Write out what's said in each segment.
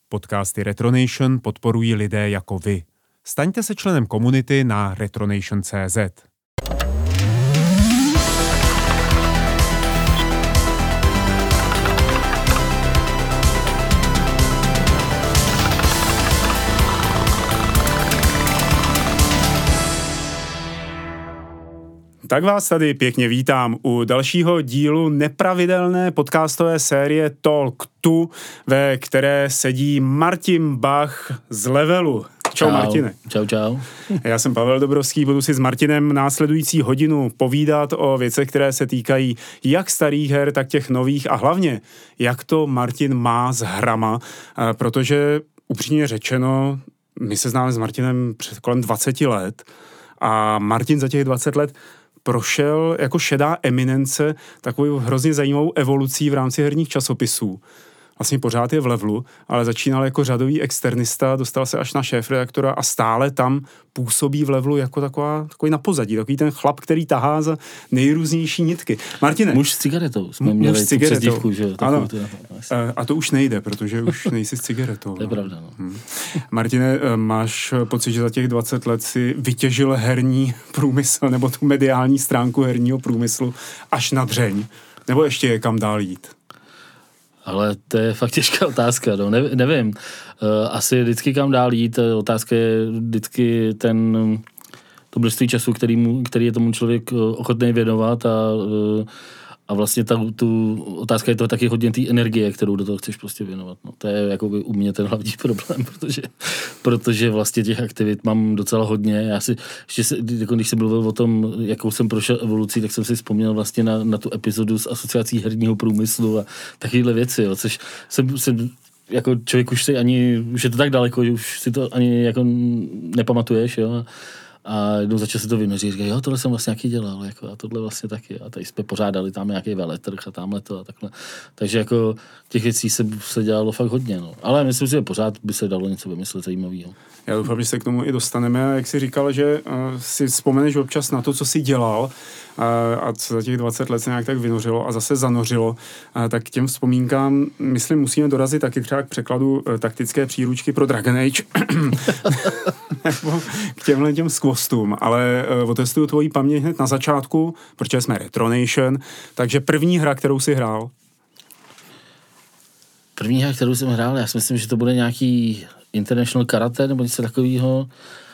Podcasty Retronation podporují lidé jako vy. Staňte se členem komunity na retronation.cz. Tak vás tady pěkně vítám u dalšího dílu nepravidelné podcastové série Talk To, ve které sedí Martin Bach z Levelu. Čau Martine. Čau. Já jsem Pavel Dobrovský, budu si s Martinem následující hodinu povídat o věcech, které se týkají jak starých her, tak těch nových a hlavně, jak to Martin má s hrama, protože upřímně řečeno, my se známe s Martinem před kolem 20 let a Martin za těch 20 let prošel jako šedá eminence takovou hrozně zajímavou evolucí v rámci herních časopisů. Vlastně pořád je v Levelu, ale začínal jako řadový externista, dostal se až na šéfredaktora a stále tam působí v Levelu jako takový na pozadí, takový ten chlap, který tahá za nejrůznější nitky. Martine. Muž s cigaretou. Jsme měli tu přezdívku, že? Ano. A to už nejde, protože už nejsi s cigaretou. To je pravda, no. Martine, máš pocit, že za těch 20 let si vytěžil herní průmysl nebo tu mediální stránku herního průmyslu až na dřeň? Nebo ještě je kam dál jít? Ale to je fakt těžká otázka, no. Nevím. Asi vždycky kam dál jít, otázka je vždycky to množství času, který je tomu člověk ochotný věnovat a vlastně tu otázka je to taky hodně té energie, kterou do toho chceš prostě věnovat. No. To je jakoby u mě ten hlavní problém, protože vlastně těch aktivit mám docela hodně. Já si, jako když jsem mluvil o tom, jakou jsem prošel evolucí, tak jsem si vzpomněl vlastně na tu epizodu s asociací herního průmyslu a takovéhle věci, jo, což jsem jako člověk už je to tak daleko, že už si to ani jako nepamatuješ, jo. A jednou začal se to vynořit, říkají, jo, tohle jsem vlastně nějaký dělal, jako, a tohle vlastně taky. A tady jsme pořádali tam nějaký veletrh a tamhle to a takhle. Takže jako těch věcí se dělalo fakt hodně, no. Ale myslím si, že pořád by se dalo něco vymyslet zajímavého. Já doufám, že se k tomu i dostaneme. A jak jsi říkal, že si vzpomeneš občas na to, co jsi dělal a co za těch 20 let se nějak tak vynořilo a zase zanořilo, tak k těm vzpomínkám, myslím, musíme dorazit taky třeba k překladu taktické příručky pro Dragon Age. Nebo k těm skvostům, ale otestuju tvoji paměť hned na začátku, protože jsme Retronation, takže první hra, kterou jsi hrál? První hra, kterou jsem hrál, já si myslím, že to bude nějaký International Karate nebo něco takového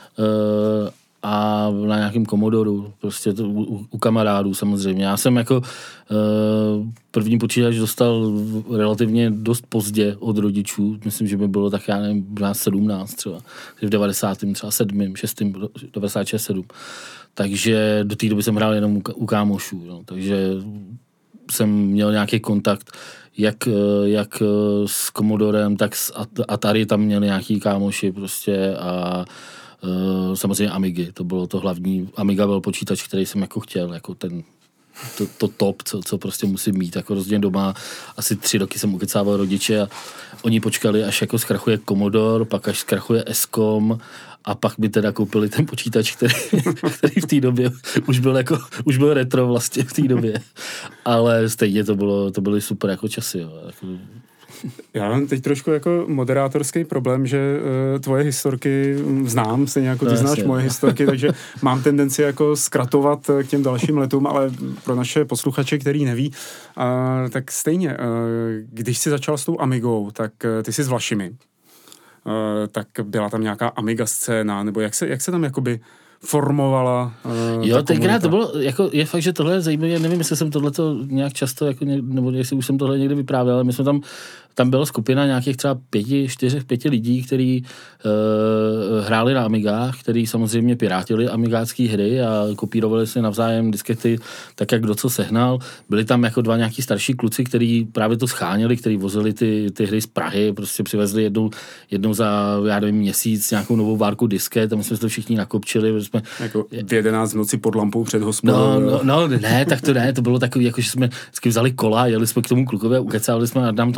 a na nějakém Commodoru, prostě to u kamarádů samozřejmě. Já jsem jako první počítač dostal relativně dost pozdě od rodičů, myslím, že by bylo tak, já nevím, 17 třeba, v 96, takže do té doby jsem hrál jenom u kámošů, no. Takže jsem měl nějaký kontakt jak s Commodorem, tak s Atari, tam měli nějaký kámoši prostě a samozřejmě Amigy, to bylo to hlavní. Amiga byl počítač, který jsem jako chtěl, jako to top, co prostě musím mít, jako rozdělen doma. Asi 3 roky jsem ukecával rodiče a oni počkali, až jako zkrachuje Commodore, pak až zkrachuje Escom a pak mi teda koupili ten počítač, který v té době už byl retro vlastně v té době. Ale stejně to byly super jako časy, jo. Jako, já mám teď trošku jako moderátorský problém, že tvoje historky znám, stejně jako ty znáš moje historky, takže mám tendenci jako zkratovat k těm dalším letům, ale pro naše posluchače, který neví, tak stejně, když jsi začal s tou Amigou, tak ty jsi s Vlašimi, tak byla tam nějaká Amiga scéna, nebo jak se tam jakoby formovala jo, tenkrát to bylo, jako je fakt, že tohle je zajímavé, nevím, jestli jsem tohleto nějak často, jako nebo jestli už jsem tohle někde vyprávěl, ale my jsme tam byla skupina nějakých třeba 5 lidí, kteří hráli na Amigách, kteří samozřejmě pirátili amigácké hry a kopírovali si navzájem diskety tak, jak kdo co sehnal. Byli tam jako 2 nějaký starší kluci, kteří právě to scháněli, kteří vozili ty hry z Prahy, prostě přivezli jednou za, já nevím, měsíc nějakou novou várku disket a my jsme to všichni nakopčili. Jsme, jako v 11 noci pod lampou před hospodou. No, ne, tak to ne, to bylo takový, jako že jsme vždycky vzali kola, jeli jsme k tomu klukovi a ukecávali jsme, nám to nahraje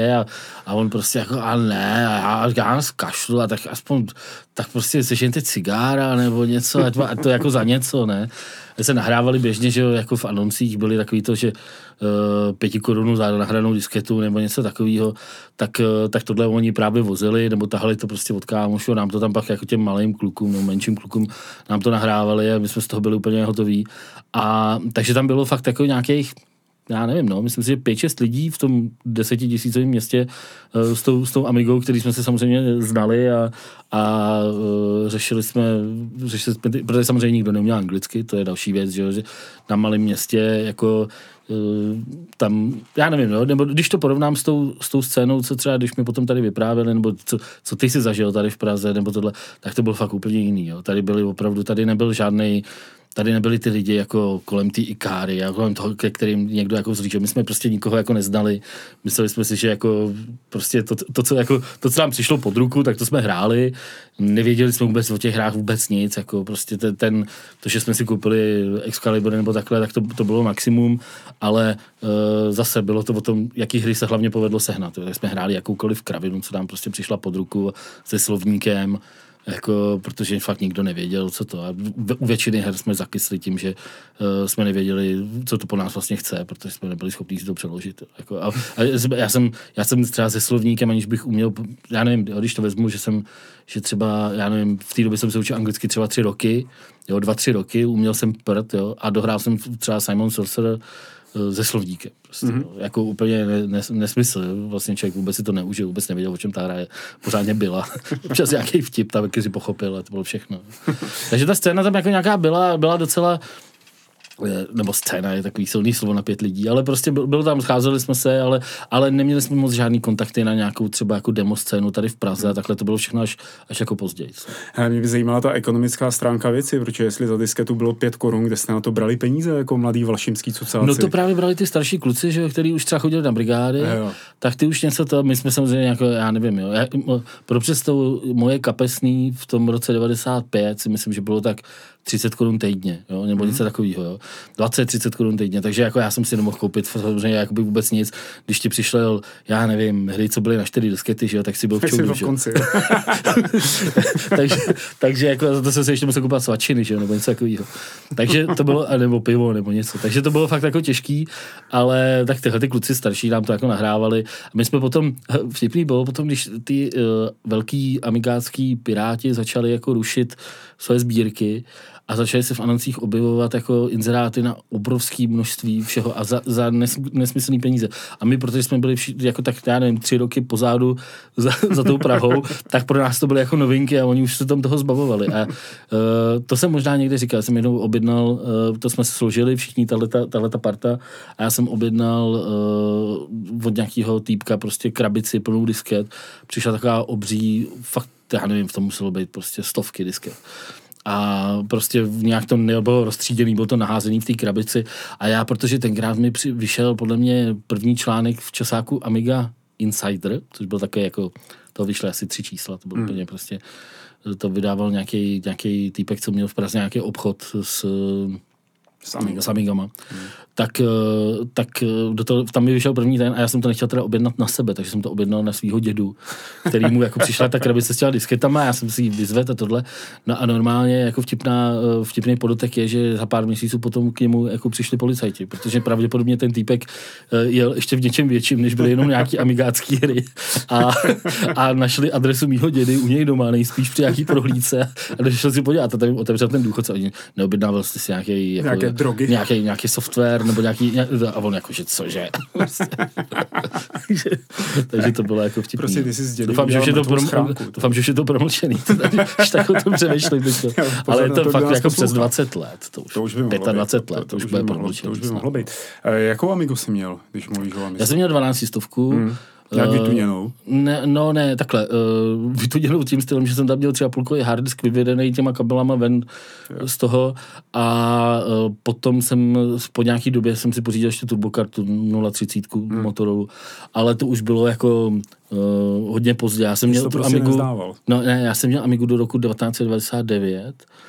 je a on prostě jako a ne, a já kašlu a tak aspoň, tak prostě sežente cigára nebo něco, ať to jako za něco, ne. Se nahrávali běžně, že jako v anoncích byly takový to, že 5 korun za nahranou disketu nebo něco takového, tak tohle oni právě vozili, nebo tahali to prostě od kámošů, nám to tam pak jako těm malým klukům, nebo menším klukům nám to nahrávali a my jsme z toho byli úplně hotoví. A takže tam bylo fakt jako nějakých, já nevím, no, myslím si, že 5-6 lidí v tom 10 000 městě s tou Amigou, který jsme se samozřejmě znali a řešili jsme, protože samozřejmě nikdo neuměl anglicky, to je další věc, že na malém městě jako tam, já nevím, no, nebo když to porovnám s tou scénou, co třeba, když mi potom tady vyprávěli, nebo co ty si zažil tady v Praze, nebo tohle, tak to bylo fakt úplně jiný, jo. Tady nebyl žádnej, tady nebyli ty lidi jako kolem té Ikáry a kolem toho, ke kterým někdo jako vzlížel. My jsme prostě nikoho jako neznali. Mysleli jsme si, že jako prostě to, co nám přišlo pod ruku, tak to jsme hráli. Nevěděli jsme vůbec o těch hrách vůbec nic. Jako prostě to, že jsme si koupili Excalibur nebo takhle, tak to bylo maximum, ale zase bylo to o tom, jaký hry se hlavně povedlo sehnat. Tak jsme hráli jakoukoliv kravinu, co nám prostě přišla pod ruku se slovníkem, jako, protože fakt nikdo nevěděl, co to. A u většiny her jsme zakysli tím, že jsme nevěděli, co to po nás vlastně chce, protože jsme nebyli schopni si to přeložit. Jako, a já jsem třeba se slovníkem, aniž bych uměl, já nevím, když to vezmu, že třeba, já nevím, v té době jsem se učil anglicky třeba 3 roky, 2-3 roky, uměl jsem prd, jo, a dohrál jsem třeba Simon Sorcerer se slovníkem. Prostě, jako úplně nesmysl. Vlastně člověk vůbec si to neužil, vůbec nevěděl, o čem ta hra pořádně byla. Občas nějaký vtip, tam si pochopil a to bylo všechno. Takže ta scéna tam jako nějaká byla docela, nebo scéna je takový silný slovo na 5 lidí, ale prostě bylo tam, scházeli jsme se, ale neměli jsme moc žádný kontakty na nějakou třeba jako demo scénu tady v Praze a takhle to bylo všechno až jako později. Mě by zajímala ta ekonomická stránka věci, protože jestli za disketu bylo 5 korun, kde jste na to brali peníze jako mladý vlašimský cucáci? No to právě brali ty starší kluci, že, který už třeba chodili na brigády, tak ty už něco to, my jsme samozřejmě jako, já nevím, jo. Pro představu moje kapesný v tom roce 95 si myslím, že bylo tak 30 korun týdně, jo, nebo něco takového, jo. 20-30 korun týdně, takže jako já jsem si nemohl koupit samozřejmě jakoby vůbec nic, když ti přišel, já nevím, hry, co byly na 4 diskety, že jo, tak si byl v čudu, že jo. takže jako to jsem si ještě musel koupit svačiny, že jo, nebo něco takového. Takže to bylo, nebo pivo, nebo něco. Takže to bylo fakt jako těžký, ale tak tyhle ty kluci starší nám to jako nahrávali. A my jsme potom, vtipný bylo potom, když ty velký amigácký piráti začali jako rušit své sbírky a začaly se v anoncích objevovat jako inzeráty na obrovské množství všeho a za nesmyslný peníze. A my, protože jsme byli jako tak, já nevím, 3 roky pozadu za tou Prahou, tak pro nás to byly jako novinky a oni už se tam toho zbavovali. A to jsem možná někde říkal, jsem jednou objednal, to jsme se složili všichni, tahleta parta, a já jsem objednal od nějakého týpka prostě krabici plnou disket. Přišla taková obří, fakt, já nevím, v tom muselo být prostě 100 disket. A prostě nějak to nebylo rozstříděný, bylo to naházený v té krabici. A já, protože tenkrát mi vyšel podle mě první článek v časáku Amiga Insider, což byl také jako, to vyšly asi 3 čísla, to bylo úplně prostě, to vydával nějaký týpek, co měl v Praze nějaký obchod s Amigama. Tak tam mi vyšel první ten a já jsem to nechtěl teda objednat na sebe, takže jsem to objednal na svýho dědu, který mu jako přišla ta krabice s těma disketama, já jsem si ji vyzvedl a tohle. No a normálně jako vtipný podotek je, že za pár měsíců potom k němu jako přišli policajti, protože pravděpodobně ten týpek jel ještě v něčem větším, než byly jenom nějaký amigácký hry a našli adresu mýho dědy u něj doma, nejspíš při nějaký prohlídce a došel si podívat a tam otevřel ten důchodce a neobjednával jsi si nějaké drogy, nějaký software nebo nějaký a on jako, že cože. takže to bylo jako vtipný. Prostě ty jsi s dědou doufám, že už je to promlčený. Už tak o tom přemýšlím. Ale je to fakt jako přes 20 let. To už 25 let. To už bude promlčený. To už by mohlo být. Jakou Amigu jsi měl, když mluvíš o Amigu? Já jsem měl 12 stovku. Jak vytuněnou? Ne, takhle. Vytuněnou tím stylem, že jsem tam měl třeba půlkový harddisk vyvedený těma kabelama ven z toho a potom jsem po nějaký době jsem si pořídil ještě turbokartu 030 motorovou, ale to už bylo jako hodně pozdě. Já jsem měl tu Amigu. Já jsem měl Amigu do roku 1999.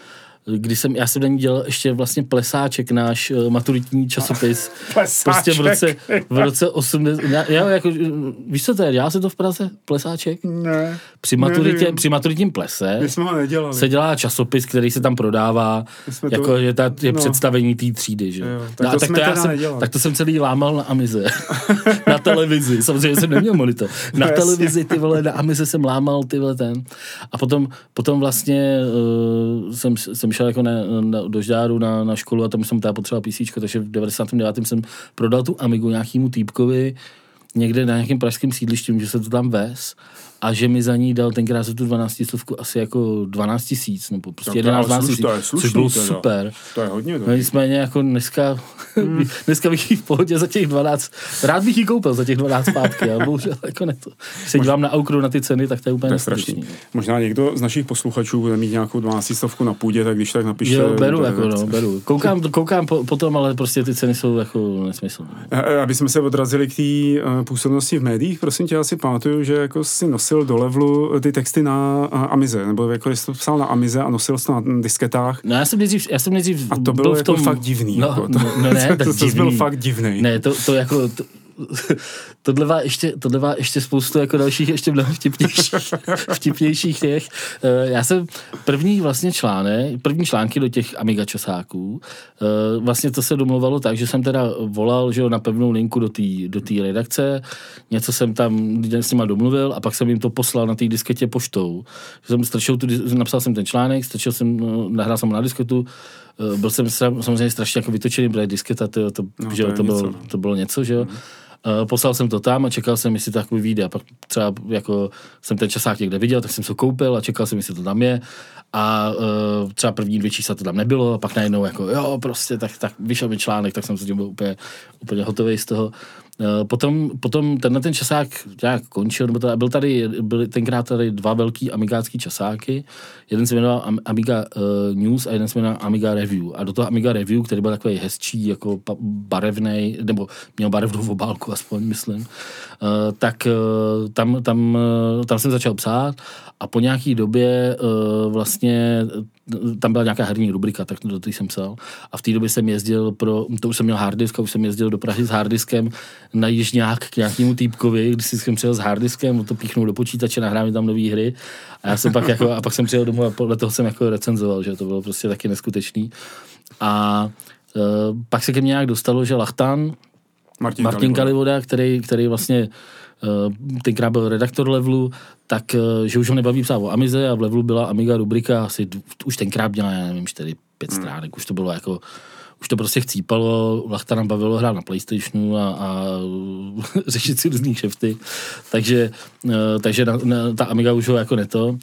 já jsem na ní dělal ještě vlastně Plesáček, náš maturitní časopis. Plesáček. Prostě v roce 80, já jako, víš co to je, dělá se to v Praze? Plesáček? Ne. Při maturitním plese my jsme ho nedělali. Se dělá časopis, který se tam prodává, jako je představení té třídy, že? Jo, tak to jsem celý lámal na Amize. Na televizi, samozřejmě jsem neměl monitor. Na televizi, ty vole, na Amize jsem lámal, ty vole, ten. A potom vlastně jsem šel jako do Žďáru na školu a tam jsem teda potřeboval písíčko, takže v 99. jsem prodal tu Amigu nějakýmu týpkovi někde na nějakém pražském sídlišti, že se to tam vez a že mi za ní dal tenkrát za tu 12 stovku asi jako 12 000, nebo prostě 11 000, což bylo super. To je hodně no, nicméně jako dneska bych jí v pohodě za těch 12, rád bych jí koupil za těch 12 zpátky, ale bohužel jako ne to. Když se dívám na Aukru na ty ceny, tak to je úplně neskutečný. Možná někdo z našich posluchačů bude mít nějakou 12 stovku na půdě, tak když tak napište. Jo, beru. Koukám potom, ale prostě ty ceny jsou jako nesmyslné. Aby jsme se odrazili k té působnosti v médiích, prosím tě, já si pamatuju, že jako si nosil do levelu ty texty na Amize, nebo jako jsi to psal na Amize a nosil jsi to na disketách. No já jsem nejdřív a to bylo jako tom... fakt divný. No ne, tak divný. To byl fakt divný. Ne, to jako... Tohle má ještě spoustu jako dalších ještě mnohem vtipnějších těch. Já jsem první články do těch Amiga časáků, vlastně to se domluvalo tak, že jsem teda volal, že jo, na pevnou linku do té redakce, něco jsem tam s nima domluvil a pak jsem jim to poslal na té disketě poštou. Napsal jsem ten článek, nahrál jsem na disketu, byl jsem samozřejmě strašně jako vytočený, protože disketa, to bylo něco, že jo. Poslal jsem to tam a čekal jsem, jestli to takový vyjde. A pak třeba jako jsem ten časák někde viděl, tak jsem se koupil a čekal jsem, jestli to tam je. A třeba první 2 čísla to tam nebylo a pak najednou jako jo, prostě, tak vyšel mi článek, tak jsem se tím byl úplně hotový z toho. Potom ten časák nějak končil, nebo byly tenkrát tady 2 velký amigácký časáky. Jeden se jmenoval Amiga News a jeden se jmenoval Amiga Review. A do toho Amiga Review, který byl takový hezčí, jako barevnej, nebo měl barevnou obálku aspoň, myslím, tak tam jsem začal psát a po nějaký době vlastně tam byla nějaká herní rubrika, tak do té jsem psal. A v té době jsem jezdil to už jsem měl harddisk a už jsem jezdil do Prahy s harddiskem na Jižňák k nějakému týpkovi, když jsem přijel s harddiskem, to píchnul do počítače, nahrál mi tam nové hry a já jsem pak jsem přijel domů a podle toho jsem jako recenzoval, že to bylo prostě taky neskutečný. A pak se ke mně nějak dostalo, že Lachtan, Martin Kalivoda, který vlastně tenkrát byl redaktor Levelu, tak že už ho nebaví psát o Amize a v Levelu byla Amiga rubrika, asi už tenkrát měla, já nevím, 4-5 stránek, už to bylo jako, už to prostě chcípalo, Lachtana bavilo hrát na PlayStationu a řešit si různý kšefty, takže ta Amiga už ho jako neto,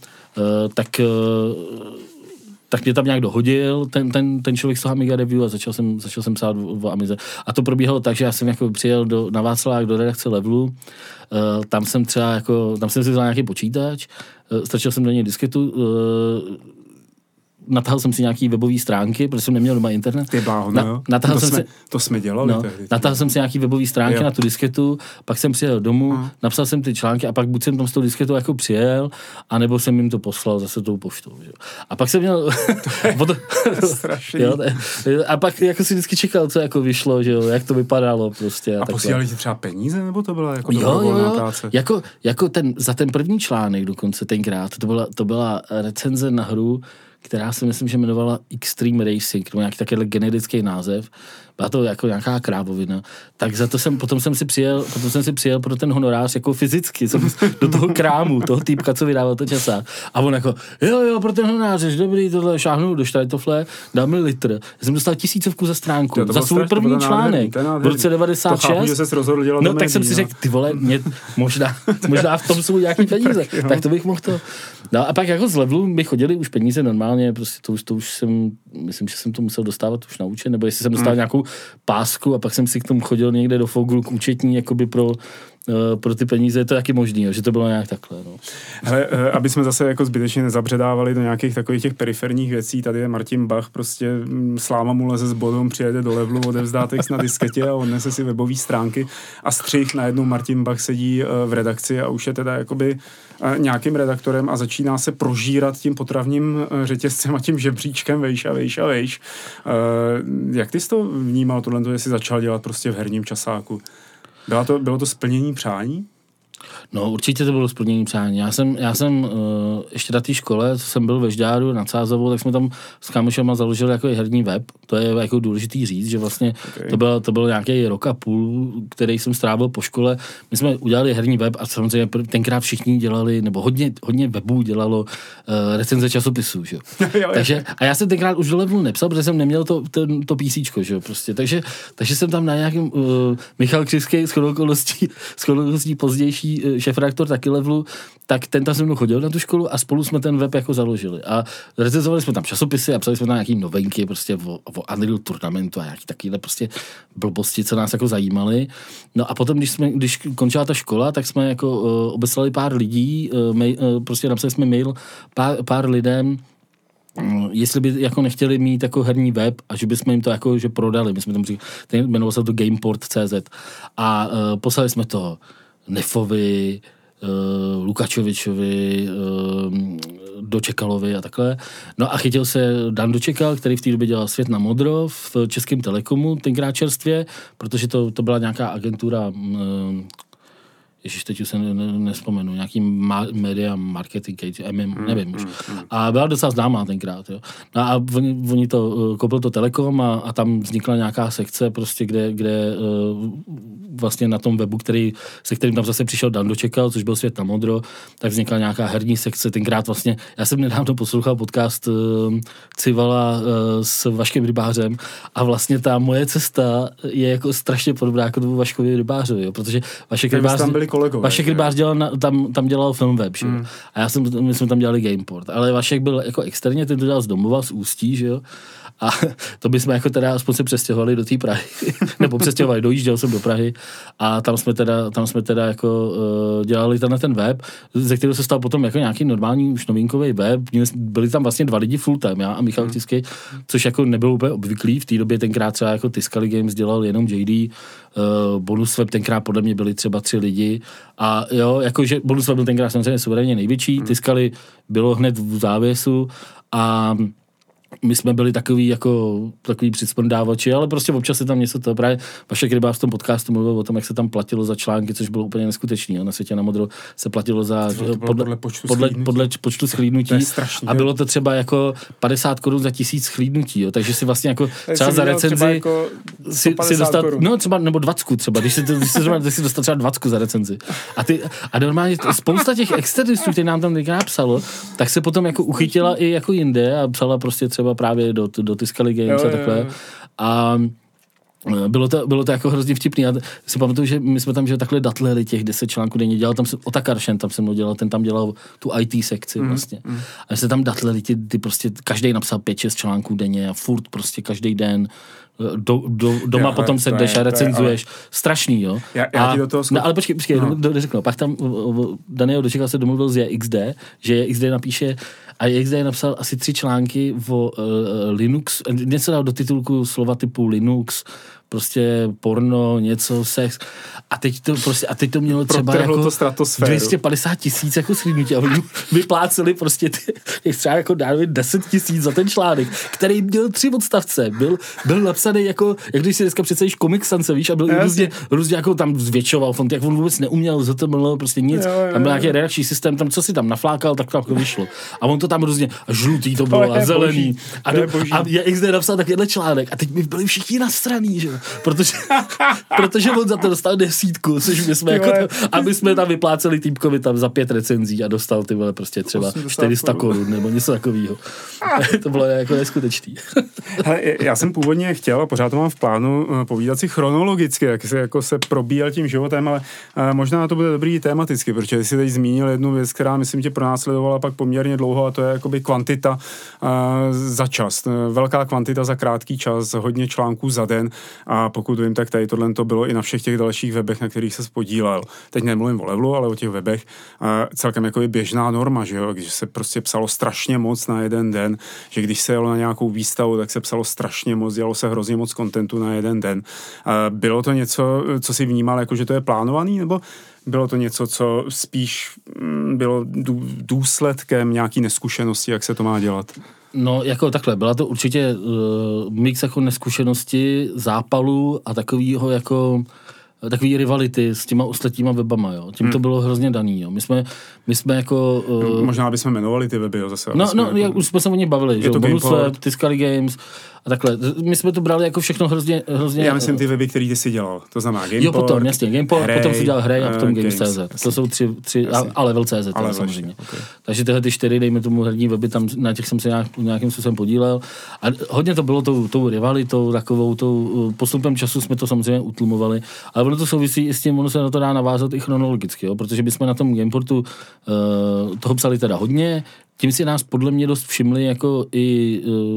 tak mě tam nějak dohodil ten člověk z toho Amiga Review a začal jsem psát o Amize. A to probíhalo tak, že já jsem jako přijel na Václavák do redakce Levelu, tam jsem si vzal nějaký počítač, strčil jsem do něj disketu, natáhl jsem si nějaký webový stránky, protože jsem neměl doma internet. Ty bláho, to jsme dělali tehdy. Natáhl jsem si nějaký webový stránky na tu disketu, pak jsem přijel domů, napsal jsem ty články a pak buď jsem tam s tou disketou jako přijel, anebo jsem jim to poslal zase tou poštou. Že? A pak jsem měl... A pak jako si vždycky čekal, co jako vyšlo, že jo, jak to vypadalo prostě. A posílali ti třeba peníze, nebo to byla jako dobrovolná práce? Jako za ten první článek dokonce tenkrát, to byla recenze na hru, která si myslím, že jmenovala Extreme Racing, nebo nějaký takový generický název. Byla to jako nějaká krávovina. Tak za to potom jsem si přijel pro ten honorář jako fyzicky, do toho krámu, toho týpka, co vydával to časák. A on jako, jo, pro ten honorář, dobrý, tohle, šáhnu do štajtofle, dám mi litr. Já jsem dostal 1000 za stránku, za svůj první článek. V roce 96. To chápu, že ses rozhodl dělat tak jsem si řekl, ty vole, možná v tom jsou nějaký peníze. Tak to bych mohl to. No a pak jako z Levelu mi chodili už peníze normálně, prostě to už jsem, myslím, že jsem to musel dostávat už naučit, nebo jestli jsem dostal nějakou pásku a pak jsem si k tomu chodil někde do Foglu k účetní, jakoby pro ty peníze, je to taky možný, že to bylo nějak takhle. No. Hele, aby jsme zase jako zbytečně nezabředávali do nějakých takových těch periferních věcí, tady je Martin Bach, prostě sláma mu leze s bodem, přijede do levelu, odevzdá text na disketě a odnese si webové stránky a střih, najednou Martin Bach sedí v redakci a už je teda jakoby nějakým redaktorem a začíná se prožírat tím potravním řetězcem a tím žebříčkem vejš a vejš a vejš. Jak ty jsi to vnímal tohle, že jsi začal dělat prostě v herním časáku? Bylo to splnění přání? No, určitě to bylo splnění přání. Já jsem ještě na té škole, co jsem byl ve Žďáru nad Sázavou, tak jsme tam s kámošema založili jako herní web. To je jako důležitý říct, že vlastně to byl nějaký rok a půl, který jsem strávil po škole. My jsme udělali herní web a samozřejmě tenkrát všichni dělali, nebo hodně webů dělalo recenze časopisů, že? Takže, a já jsem tenkrát už do levelu nepsal, protože jsem neměl to PCčko, že? Prostě. Takže jsem tam na nějakém Michal Křivský shodou okolností pozdější šéfredaktor taky levelu, tak ten tam se mnou chodil na tu školu a spolu jsme ten web jako založili. A recenzovali jsme tam časopisy a psali jsme tam nějaký novinky prostě o Unreal Tournamentu a nějaký takovýhle prostě blbosti, co nás jako zajímaly. No a potom, když končila ta škola, tak jsme jako obeslali pár lidí, prostě napsali jsme mail pár lidem, jestli by jako nechtěli mít jako herní web a že bychom jim to jako že prodali. My jsme tam říkali, jmenovalo se to Gameport.cz a poslali jsme to Nefovi, Lukačovičovi, Dočekalovi a takhle. No a chytil se Dan Dočekal, který v té době dělal Svět na modro v Českém Telekomu, tenkrát čerstvě, protože to byla nějaká agentura, teď už se nespomenu, nějaký media marketing, nevím už. A byla docela známá tenkrát, jo. No a oni to, koupil to Telekom a tam vznikla nějaká sekce, prostě, kde vlastně na tom webu, se kterým tam zase přišel Dan Dočekal, což byl Svět na modro, tak vznikla nějaká herní sekce, tenkrát vlastně, já jsem nedávno poslouchal podcast Civala s Vaškem Rybářem a vlastně ta moje cesta je jako strašně podobná jako tomu Vaškovi Rybářovi, jo, protože Vašek Rybář Vašek Rybář tam dělal Filmweb, že jo. A my jsme tam dělali Gameport. Ale Vašek byl jako externě, ten to dělal z domova, z Ústí, že jo. A to bychom jako teda aspoň se přestěhovali do té Prahy. Nebo přestěhovali, dojížděl jsem do Prahy a tam jsme teda jako dělali ten web, ze kterého se stal potom jako nějaký normální už novinkový web. Byli tam vlastně 2 lidi full time, já a Michal Křivský, což jako nebylo úplně obvyklý. V té době tenkrát třeba jako Tiskali Games dělal jenom JD, Bonus Web tenkrát podle mě byli třeba 3 lidi a jo, jakože Bonus Web byl tenkrát samozřejmě suverénně největší, Tiskali bylo hned v závěsu a my jsme byli takový přicmrdávači, ale prostě občas se tam něco to právě Vašek Rybář v tom podcastu mluvil o tom, jak se tam platilo za články, což bylo úplně neskutečný. Na Světě na modro se platilo za podle počtu schlídnutí a bylo to třeba jako 50 korun za 1000 schlídnutí, jo. Takže si vlastně jako třeba za recenzi jako si dostat, no třeba nebo 20 třeba, když si dostal třeba 20 za recenzi. A normálně spousta těch externistů, který nám tam tenkrát psalo, tak se potom jako uchytila i jako jinde a psala prostě třeba právě do Tiskali Games a takhle. A bylo to jako hrozně vtipný. Já si pamatuju, že my jsme tam že takhle datleli těch 10 článků denně. Dělal tam Otakaršen, tam se mnou dělal, ten tam dělal tu IT sekci vlastně. A se tam datleli ty prostě, každý napsal 5-6 článků denně a furt prostě každý den doma potom se jdeš a recenzuješ. Strašný, jo. Já ti do toho no, ale počkej, řeknu. Pak tam Daniel Dočekal se domluvil z JXD, že JXD napíše a JXD napsal asi 3 články o Linux, něco dal do titulku slova typu Linux, prostě porno, něco, sex. A teď to mělo třeba jako 250 000 jako slídnutí a oni vypláceli prostě třeba jako dávali 10 000 za ten článek, který měl 3 odstavce. Byl napsaný jako, jak když si dneska představíš Comic Sans, víš, a byl různě jako tam zvětšoval font, jak on vůbec neuměl, zatomilo prostě nic. Tam byl nějaký redakční systém, tam co si tam naflákal, tak to vyšlo. A on to tam různě, a žlutý to bylo, a zelený. A já zde napsal takovýhle článek a teď my byli všichni nasraný, že? Protože on za to dostal 10, což my jsme jako a my jsme tam vypláceli týpkovi tam za 5 recenzí a dostal ty vole prostě třeba 400 korun nebo něco takového. To bylo jako neskutečný. Hele, já jsem původně chtěl, a pořád to mám v plánu, povídat si chronologicky, jak se, jako se probíjel tím životem, ale možná to bude dobrý tematicky, protože jsi teď zmínil jednu věc, která myslím tě pronásledovala pak poměrně dlouho, a to je jakoby kvantita za čas. Velká kvantita za krátký čas, hodně článků za den, a pokud vím, tak tady tohle to bylo i na všech těch dalších webech, na kterých se podílel. Teď nemluvím o Levelu, ale o těch webech. Celkem jako je běžná norma, že jo, když se prostě psalo strašně moc na jeden den, že když se jelo na nějakou výstavu, tak se psalo strašně moc, dělalo se hrozně moc kontentu na jeden den. Bylo to něco, co si vnímal, jako že to je plánovaný, nebo bylo to něco, co spíš bylo důsledkem nějaký neskušenosti, jak se to má dělat? No, jako takhle, byla to určitě mix jako neskušenosti, zápalu a takovýho jako takový rivality s těma ostatníma webama, jo. Tím to bylo hrozně daný, jo. My jsme jako... Možná bychom jmenovali ty weby, jo, zase. Jak už jsme se o nich bavili, že jo. Bonus Web, Tiscali Games a takhle. My jsme to brali jako všechno hrozně... Já myslím ty weby, který ty si dělal. To znamená Gameport. Jo, potom, jasně, Gameport, Hrej, potom si dělal Hrej a potom Games.cz. To jsou tři a Level.cz samozřejmě. Okay. Takže tyhle ty 4, dejme tomu herní weby, tam na těch jsem se nějakým způsobem podílel. A hodně to bylo tou rivalitou, takovou tou postupem času jsme to samozřejmě utlumovali. Ale ono to souvisí i s tím, ono se na to dá navázat i chronologicky, jo? Protože bychom na tom Gameportu toho psali teda hodně, tím si nás podle mě dost všimli jako i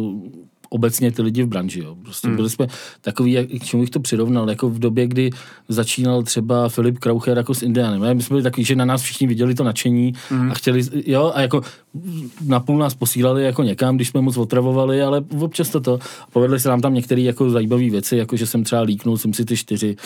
obecně ty lidi v branži, jo. Prostě byli jsme takový, k čemu bych to přirovnal, jako v době, kdy začínal třeba Filip Kraucher jako s Indianem. My jsme byli takový, že na nás všichni viděli to nadšení a chtěli, jo, a jako napůl nás posílali jako někam, když jsme moc otravovali, ale občas toto. Povedli se nám tam některé jako zajímavé věci, jako že jsem třeba líknul SimCity 4,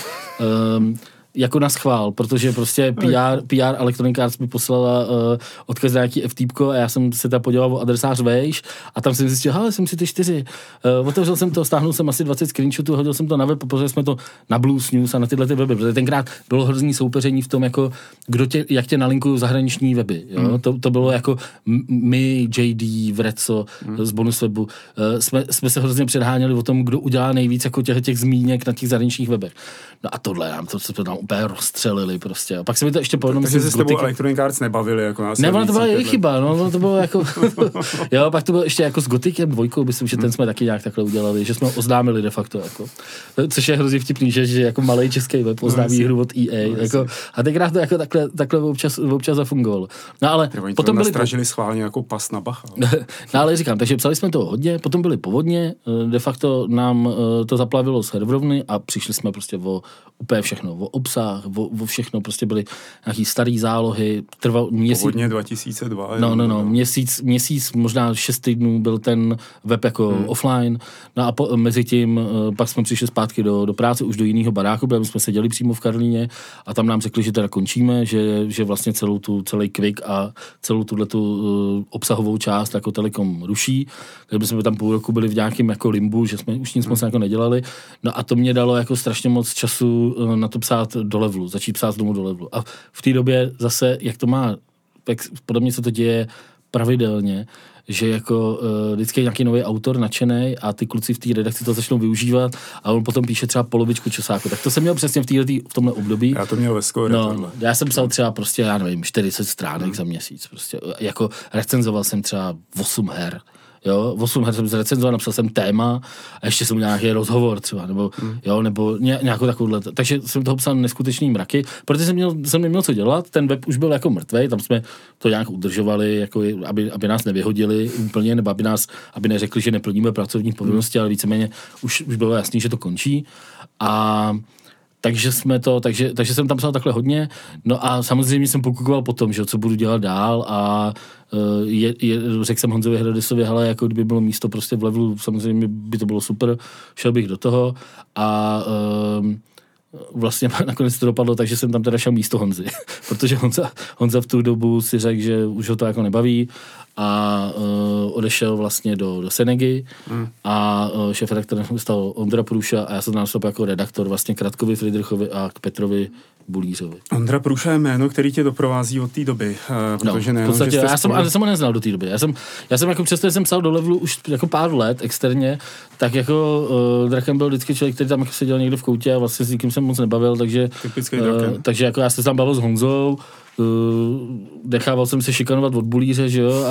jako na schvál, protože prostě PR Electronic Arts mi poslala odkaz na nějaký FTPko a já jsem se tam podíval o adresář vejš a tam jsem zjistil, hele, jsem si ty 4. Otevřel jsem to, stáhnul jsem asi 20 screenshotů, hodil jsem to na web, poslali jsme to na Blues News a na tyhle ty weby, protože tenkrát bylo hrozný soupeření v tom, jako jak tě nalinkují zahraniční weby. Jo? To bylo jako my, JD, Vreco z Bonus Webu, jsme se hrozně předháněli o tom, kdo udělá nejvíc jako těch zmíněk na těch zahraničních webech. No a tohle nám to tam úplně rozstřelili prostě. A pak se mi to ještě povedlo, takže se s tebou Electronic Arts nebavili jako nás. Ne, to byla jejich chyba, no, to bylo jako jo, pak to bylo ještě jako s Gothikem 2, myslím, že ten jsme taky nějak takhle udělali, že jsme ho oznámili de facto jako. Což je hrozně vtipný, že jako malej český web oznámí hru od EA, jako, a tenkrát to jako takhle občas zafungovalo. No ale potom byli nastražili schválně jako pas na bacha. No ale říkám, takže psali jsme to hodně, potom byly povodně, de facto nám to zaplavilo z serverovny a přišli jsme prostě o úplně všechno, o obsah, o všechno, prostě byly nějaký starý zálohy, trval měsíc. Povodně 2002. No, měsíc, možná 6 týdnů byl ten web jako offline, no a mezi tím pak jsme přišli zpátky do práce, už do jiného baráku, protože jsme seděli přímo v Karlíně a tam nám řekli, že teda končíme, že vlastně celý Quick a celou tuhletu obsahovou část jako Telekom ruší, takže jsme tam půl roku byli v nějakém jako limbu, že jsme už nic moc jako nedělali, no a to mě dalo jako strašně moc času na to psát do Levelu, začít psát domů do Levelu. A v té době zase, jak to má, tak podle mě se to děje pravidelně, že jako vždycky je nějaký nový autor nadšenej a ty kluci v té redakci to začnou využívat a on potom píše třeba polovičku časáku. Tak to jsem měl přesně v tomhle období. Já to měl ve Score. No, já jsem psal třeba prostě, já nevím, 40 stránek za měsíc. Prostě. Jako recenzoval jsem třeba 8 her. Jo, 8 her jsem zrecenzoval, napsal jsem téma a ještě jsem nějaký rozhovor třeba, nebo nějakou takovouhle. Takže jsem toho psal neskutečný mraky, protože jsem neměl co dělat, ten web už byl jako mrtvej, tam jsme to nějak udržovali, jako aby nás nevyhodili úplně, nebo aby neřekli, že neplníme pracovní povinnosti, ale víceméně už bylo jasný, že to končí. A takže jsem tam psal takhle hodně, no a samozřejmě jsem pokukoval potom, že co budu dělat dál a řekl jsem Honzovi Hradesovi, hele, jako kdyby bylo místo prostě v Levelu, samozřejmě by to bylo super, šel bych do toho a vlastně nakonec to dopadlo, takže jsem tam teda šel místo Honzy, protože Honza v tu dobu si řekl, že už ho to jako nebaví a odešel vlastně do Senegy a šéfredaktorem stal Ondra Průša a já jsem tam nastoupil jako redaktor vlastně k Radkovi Friedrichovi a k Petrovi Bulířovi. Ondra Průša je jméno, který tě doprovází od té doby, protože v podstatě, já jsem ho neznal do té doby. Já jsem jako přesto, že jsem psal do Levelu už jako pár let externě, tak jako Draken byl vždycky člověk, který tam jako seděl někde v koutě a vlastně s nikým jsem moc nebavil, takže jako já se tam bavil s Honzou, nechával jsem se šikanovat od bulíře, že jo,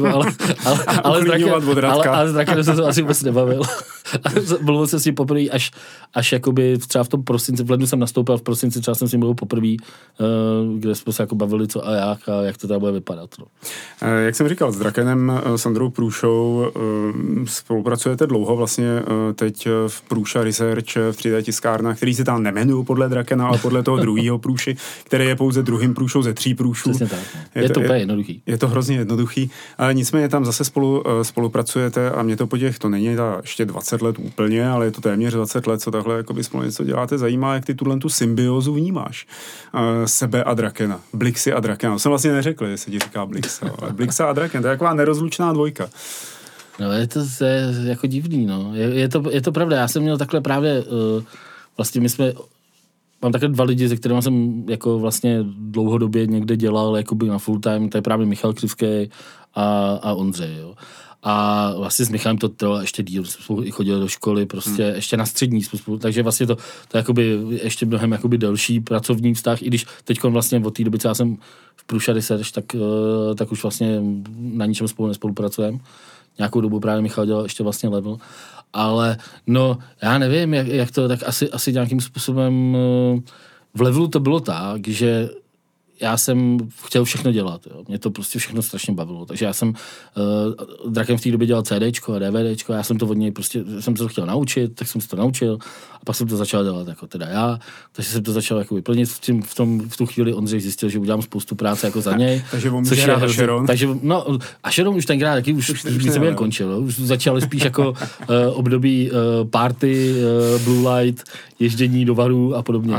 ale s Drakenem jsem se asi vůbec nebavil. Mluvil jsem s ním poprvé až jakoby třeba v tom prosinci, v lednu jsem nastoupil, v prosinci třeba jsem s ním mluvil poprvé, kde jsme se jako bavili co a jak to teda bude vypadat. No. Jak jsem říkal, s Drakenem, s Ondrou Průšou spolupracujete dlouho, vlastně teď v Průša Research v 3D tiskárnách, který se tam nemenují podle Drakena, ale podle toho druhého Průši, který je pouze druhým Průšou ze 3 Průšů. Přesně tak. Je to úplně jednoduchý. Je to hrozně jednoduchý, ale nicméně tam zase spolupracujete a mě to po těch, to není ještě 20 let úplně, ale je to téměř 20 let, co takhle jakoby spolu něco děláte. Zajímá, jak ty tu symbiózu vnímáš. Sebe a Drakena. Blixy a Drakena. To jsem vlastně neřekl, že se ti říká Blix. Ale Blixa a Draken, to je taková nerozlučná dvojka. No je to jako divný, no. Je to pravda, já jsem měl takhle právě, vlastně mám takhle 2 lidi, se kterými jsem jako vlastně dlouhodobě někde dělal jakoby na full time, to je právě Michal Křivský a Ondřej, jo. A vlastně s Michalem to trvalo ještě díl, jsme spolu i chodili do školy, prostě ještě na střední spolu, takže vlastně to jakoby ještě mnohem jakoby delší pracovní vztah, i když teďko vlastně od té doby, co já jsem v Průša Research, tak už vlastně na ničem spolu nespolupracujeme. Nějakou dobu právě Michal dělal ještě vlastně level, ale no, já nevím, jak to, tak asi nějakým způsobem v levelu to bylo tak, že já jsem chtěl všechno dělat, jo. Mě to prostě všechno strašně bavilo, takže já jsem Drakem v té době dělal CDčko a DVDčko, já jsem to od něj prostě, jsem se to chtěl naučit, tak jsem se to naučil a pak jsem to začal dělat jako teda já, takže jsem to začal jako vyplnit, v tu chvíli Ondřej zjistil, že udělám spoustu práce jako za něj. Takže on může hrát Acheron. Takže, no, Acheron už tenkrát taky už víceméně končil, jo. Už začaly spíš jako období party, blue light, ježdění do varů a podobně.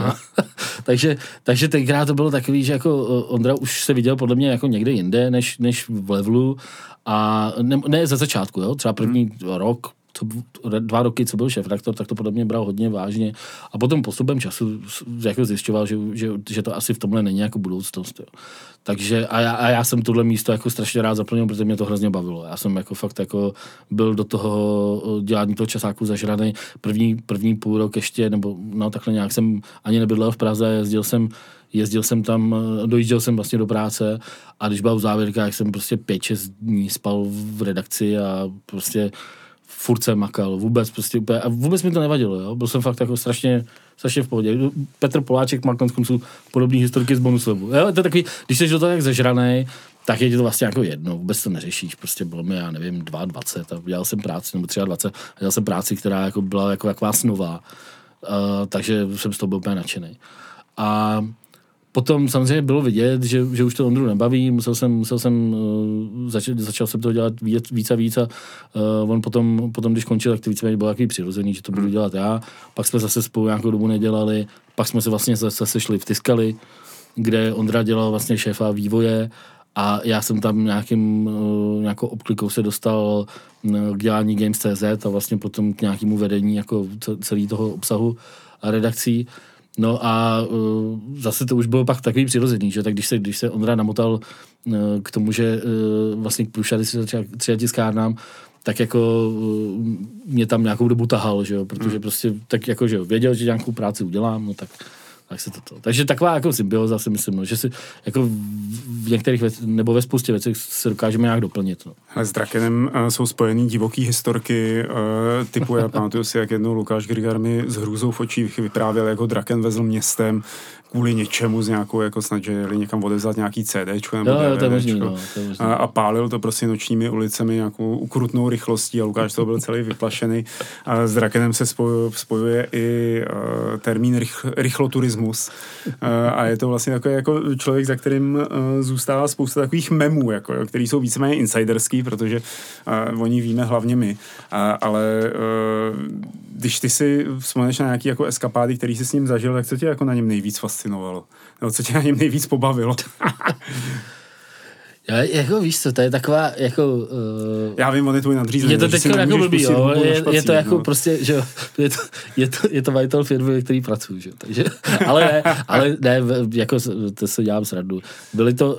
takže tenkrát to bylo takový, že jako Ondra už se viděl podle mě jako někde jinde, než v levelu a ne za začátku, jo, třeba první rok, 2 roky, co byl šéfredaktor, tak to podle mě bral hodně vážně a potom postupem času jako zjišťoval, že to asi v tomhle není jako budoucnost, jo. Takže a já jsem tohle místo jako strašně rád zaplnil, protože mě to hrozně bavilo. Já jsem jako fakt jako byl do toho dělání toho časáku zažraný první půl rok ještě, nebo no takhle nějak jsem ani nebydlel v Praze, jezdil jsem tam, dojížděl jsem vlastně do práce a když byl v závěrkách, jak jsem prostě 5-6 dní spal v redakci a prostě furt jsem makal, vůbec mi to nevadilo, jo? Byl jsem fakt jako strašně v pohodě. Petr Poláček má konců podobný historky z bonuslevu. Jo, to je takový, když jsi do toho jak zažranej, tak je ti to vlastně jako jedno, vůbec to neřešíš, prostě bylo mi, já nevím, 22 a dělal jsem práci, nebo 23 a dělal jsem práci, která jako byla jako taková snová, takže jsem z toho byl úplně nadšenej. A potom samozřejmě bylo vidět, že už to Ondru nebaví, začal jsem to dělat víc a víc a on potom, když končil, tak to víceméně bylo takový přirozený, že to budu dělat já. Pak jsme zase spolu nějakou dobu nedělali, pak jsme se vlastně zase šli v Tiskali, kde Ondra dělal vlastně šéfa vývoje a já jsem tam nějakou obklikou se dostal k dělání Games.cz a vlastně potom k nějakému vedení jako celý toho obsahu a redakcí. No a zase to už bylo pak takový přirozený, že tak když se Ondra namotal k tomu, že vlastně k Průšady si třeba tiskárnám, tak jako mě tam nějakou dobu tahal, že jo, protože prostě tak jako, že jo, věděl, že nějakou práci udělám, no tak se to. Takže taková jako symbioza si myslím, no, že si jako v některých nebo ve spoustě věcech se dokážeme nějak doplnit. No. Ale s Drakenem jsou spojený divoký historky typu, já pamatuju si, jak jednou Lukáš Grigar mi s hrůzou v očích vyprávěl, jako Draken vezl městem kvůli něčemu z nějakou, jako snad, že jeli někam odevzat nějaký CDčko nebo DVDčko a pálil to prostě nočními ulicemi nějakou ukrutnou rychlostí a Lukáš to byl celý vyplašený. A s Drakenem se spojuje i termín rychloturismus a je to vlastně takový jako člověk, za kterým zůstává spousta takových memů, jako, který jsou víceméně insiderský, protože o ní víme hlavně my. Ale když ty si vzpomeneš na nějaký jako eskapády, který jsi s ním zažil, tak co tě jako na něm nejvíc fascinovalo? Nebo co tě na něm nejvíc pobavilo? Já, jako víš co, to je taková jako... Já vím, on je tvůj nadřízený. Je to teď jako blbý, jo, je to jako prostě, že je to majitel firmy, který pracují, že takže, ale ne, jako to se dělám srandu. Byly to,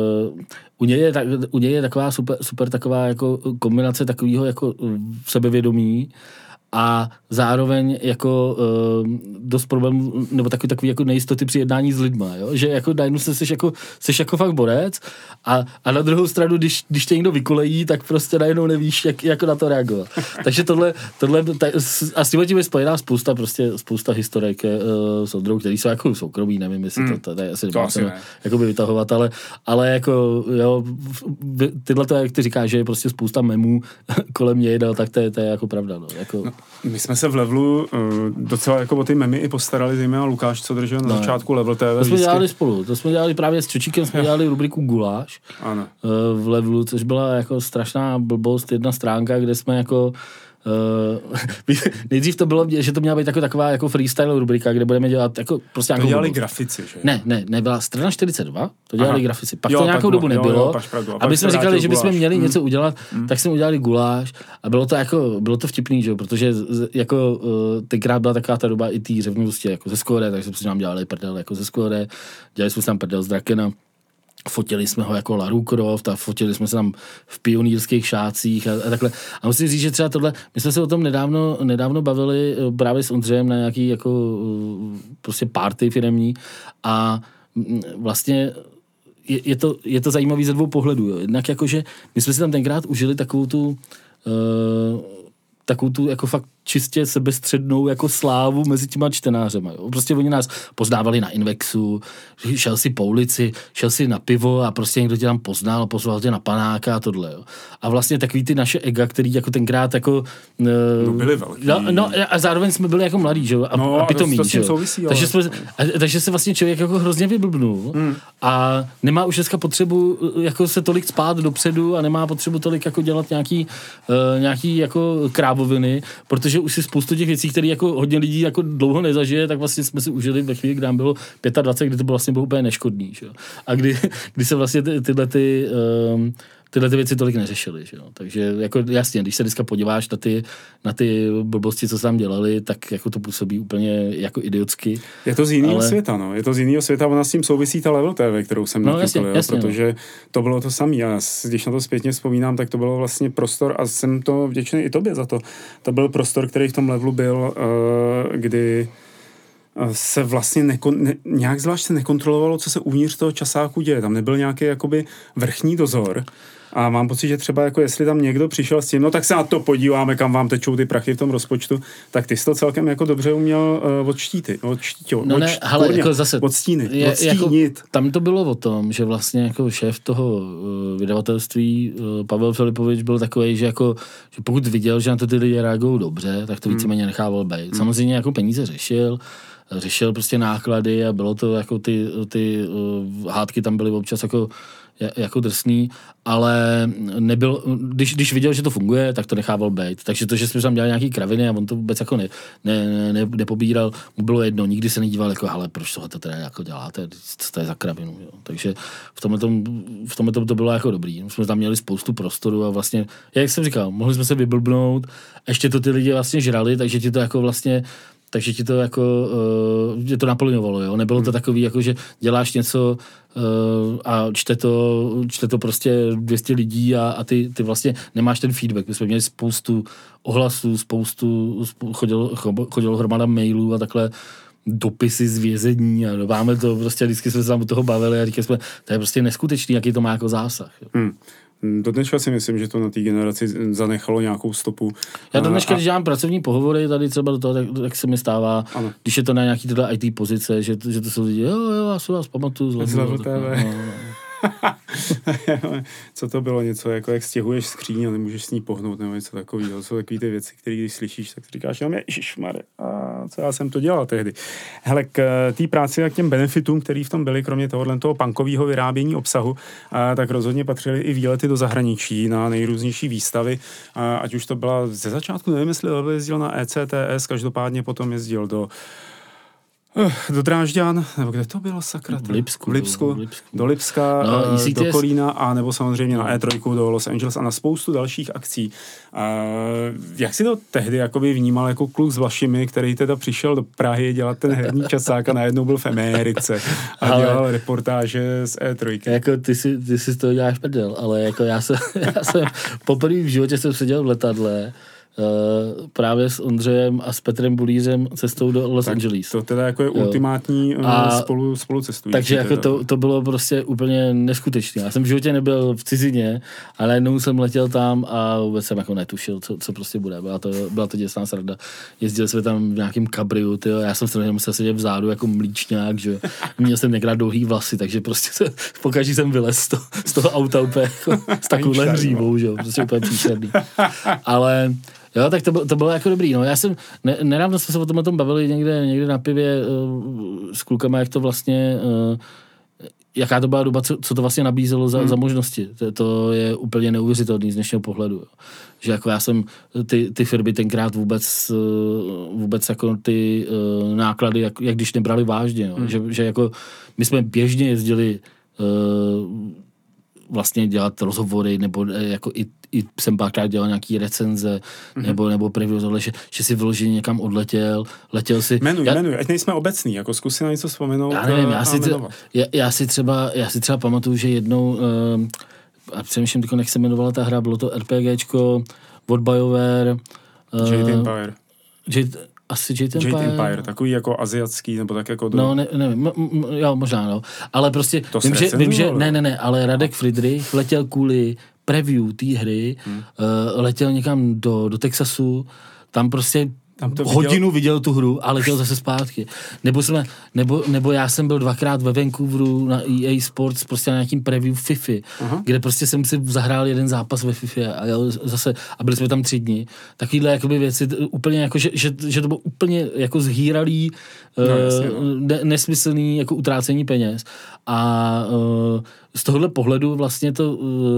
u něj je taková super taková jako kombinace takového jako sebevědomí a zároveň jako dost problémů, nebo takový jako nejistoty při jednání s lidma, jo? Že jako najednou seš jako fakt borec a na druhou stranu, když tě někdo vykolejí, tak prostě najednou nevíš, jak jako na to reagovat. Takže tohle a s tím je spojená spousta historiek s Ondrou, který jsou jako soukromí, nevím, jestli to asi nemá jako by vytahovat, ale jako jo, tyhle to, jak ty říkáš, že je prostě spousta memů kolem něj, no, tak to je jako pravda. No, jako. No, my jsme se v Levelu docela jako o ty memy i postarali, zejména Lukáš, co držel na začátku Level TV. To jsme dělali spolu, to jsme dělali právě s Čočíkem, jsme dělali rubriku Guláš v Levelu, což byla jako strašná blbost, jedna stránka, kde jsme jako nejdřív to bylo, že to měla být taková jako freestyle rubrika, kde budeme dělat jako prostě nějakou... To dělali grafici, že? Ne, byla Strana 42, to dělali grafici. Pak to nějakou dobu nebylo. A my jsme říkali, že bychom měli něco udělat, tak jsme udělali Guláš a bylo to vtipný, že? Protože jako tenkrát byla taková ta doba i té řevnosti jako ze Skóre, takže jsme si nám dělali prdel jako ze Skóre, dělali jsme si tam prdel z Drakena. Fotili jsme ho jako Lara Croft a fotili jsme se tam v pionýrských šácích a takhle. A musím říct, že třeba tohle, my jsme se o tom nedávno bavili právě s Ondřejem na nějaký jako prostě party firemní a vlastně je to zajímavý ze dvou pohledů. Jo. Jednak jakože my jsme si tam tenkrát užili takovou tu jako fakt čistě sebestřednou jako slávu mezi těma čtenářema. Jo. Prostě oni nás poznávali na Invexu, šel si po ulici, šel si na pivo a prostě někdo tě tam poznal, pozval tě na panáka a tohle. Jo. A vlastně takový ty naše ega, který jako tenkrát jako... byli velký. No a zároveň jsme byli jako mladí, že jo? A pitomí, to souvisí, takže se vlastně člověk jako hrozně vyblbnul a nemá už dneska potřebu jako se tolik spát dopředu a nemá potřebu tolik jako dělat nějaký jako krávoviny, protože už si spoustu těch věcí, které jako hodně lidí jako dlouho nezažije, tak vlastně jsme si užili ve chvíli, kdy nám bylo 25, kdy to bylo vlastně bylo úplně neškodný. Že? A kdy se vlastně tyhle věci tolik neřešily. Že? Takže jako jasně, když se dneska podíváš na ty blbosti, co se tam dělali, tak jako to působí úplně jako idiotsky. Je to z jiného světa, no. Je to z jiného světa, ona s tím souvisí ta Level TV, kterou jsem nakoukal, protože to bylo to samé. A když na to zpětně vzpomínám, tak to bylo vlastně prostor a jsem to vděčný i tobě za to. To byl prostor, který v tom Levelu byl, kdy se vlastně nějak zvlášť se nekontrolovalo, co se uvnitř toho časáku děje. Tam nebyl nějaký jakoby vrchní dozor. A mám pocit, že třeba jako jestli tam někdo přišel s tím, no tak se na to podíváme, kam vám tečou ty prachy v tom rozpočtu, tak ty jsi to celkem jako dobře uměl odstínit. Tam to bylo o tom, že vlastně jako šéf toho vydavatelství Pavel Filipovič byl takovej, že jako že pokud viděl, že na to ty lidi reagují dobře, tak to víceméně nechával být. Samozřejmě jako peníze řešil prostě náklady a bylo to jako ty hádky tam byly občas jako drsný, ale nebyl, když viděl, že to funguje, tak to nechával být. Takže to, že jsme tam dělali nějaký kraviny a on to vůbec jako nepobíral, mu bylo jedno, nikdy se nedíval jako, hele, proč tohle teda jako děláte, co to je za kravinu, jo. Takže v tomhle to bylo jako dobrý. My jsme tam měli spoustu prostoru a vlastně, jak jsem říkal, mohli jsme se vyblbnout, ještě to ty lidi vlastně žrali, takže ti to jako vlastně je to naplňovalo, jo. Nebylo to takový, jako že děláš něco a čte to prostě 200 lidí a ty vlastně nemáš ten feedback. My jsme měli spoustu ohlasů, chodilo hromada mailů a takhle dopisy z vězení a máme to prostě, vždycky jsme se tam u toho bavili a říkali jsme, to je prostě neskutečný, jaký to má jako zásah. Jo. Do dneška si myslím, že to na té generaci zanechalo nějakou stopu. Já do dneška, když dělám pracovní pohovory tady třeba do toho, tak se mi stává, ano. Když je to na nějaký tyhle IT pozice, že to jsou lidi, jo, já se vás pamatuju z Level TV. Co to bylo něco, jako jak stěhuješ skříň a nemůžeš s ní pohnout, nebo něco takového. To jsou takové ty věci, které když slyšíš, tak říkáš, no ježišmarja, co já jsem to dělal tehdy. Hele, k té práci a k těm benefitům, který v tom byly, kromě toho punkového vyrábění obsahu, tak rozhodně patřily i výlety do zahraničí na nejrůznější výstavy, ať už to byla ze začátku, nevím, jestli jezdil na ECTS, každopádně potom jezdil do Drážďan, nebo kde to bylo, sakra? V Lipsku. Do Lipska, do Kolína a nebo samozřejmě na E3 do Los Angeles a na spoustu dalších akcí. Jak si to tehdy jakoby vnímal jako kluk s Vlašimi, který teda přišel do Prahy dělat ten herní časák a najednou byl v Americe a dělal reportáže z E3? Jako ty si z toho děláš prdel, ale jako já jsem poprvé v životě jsem seděl v letadle právě s Ondřejem a s Petrem Bulířem cestou do Los Angeles. To teda jako je ultimátní spolucestující. Takže jako to bylo prostě úplně neskutečné. Já jsem v životě nebyl v cizině, ale najednou jsem letěl tam a vůbec jsem jako netušil, co prostě bude. Byla to děsná sranda. Jezdili jsme tam v nějakým kabriu, tyjo. Já jsem se musel sedět vzadu jako mlíčňák, že měl jsem některá dlouhý vlasy, takže prostě pokaždý jsem vylez z toho auta úplně jako, s takovouhle hřívou, že jo, prostě úplně příšerný. Ale jo, tak to bylo jako dobrý, no. Já jsem, nedávno jsme se o tom bavili někde na pivě s klukama, jak to vlastně, jaká to byla doba, co to vlastně nabízelo za možnosti. To je úplně neuvěřitelný z dnešního pohledu. Jo. Že jako já jsem ty firmy tenkrát vůbec jako ty náklady, jak když nebrali vážně. Jo. Že jako my jsme běžně jezdili vlastně dělat rozhovory, nebo jako i jsem párkrát dělal nějaký recenze, nebo preview, že si vyloženě někam letěl si... Jmenuj, ať nejsme obecný, jako zkus si na něco vzpomenout. Já nevím, já si třeba pamatuju, že jednou, a přemýšlím, jak se jmenovala ta hra, bylo to RPGčko od BioWare. Jade Empire. Jade Empire, takový jako aziatský, nebo tak jako... No, nevím, jo, možná, no. Ale prostě, vím, že ne, ale Radek Friedrich letěl kvůli preview té hry, letěl někam do Texasu, tam prostě hodinu viděl tu hru a letěl zase zpátky. Nebo já jsem byl 2krát ve Vancouveru na EA Sports, prostě na nějakým preview FIFA, kde prostě jsem si zahrál jeden zápas ve FIFA a jel zase, a byli jsme tam 3 dny. Takovýhle jakoby věci, úplně jako, že to bylo úplně jako zhýralý, nesmyslný jako utrácení peněz. A z tohohle pohledu vlastně to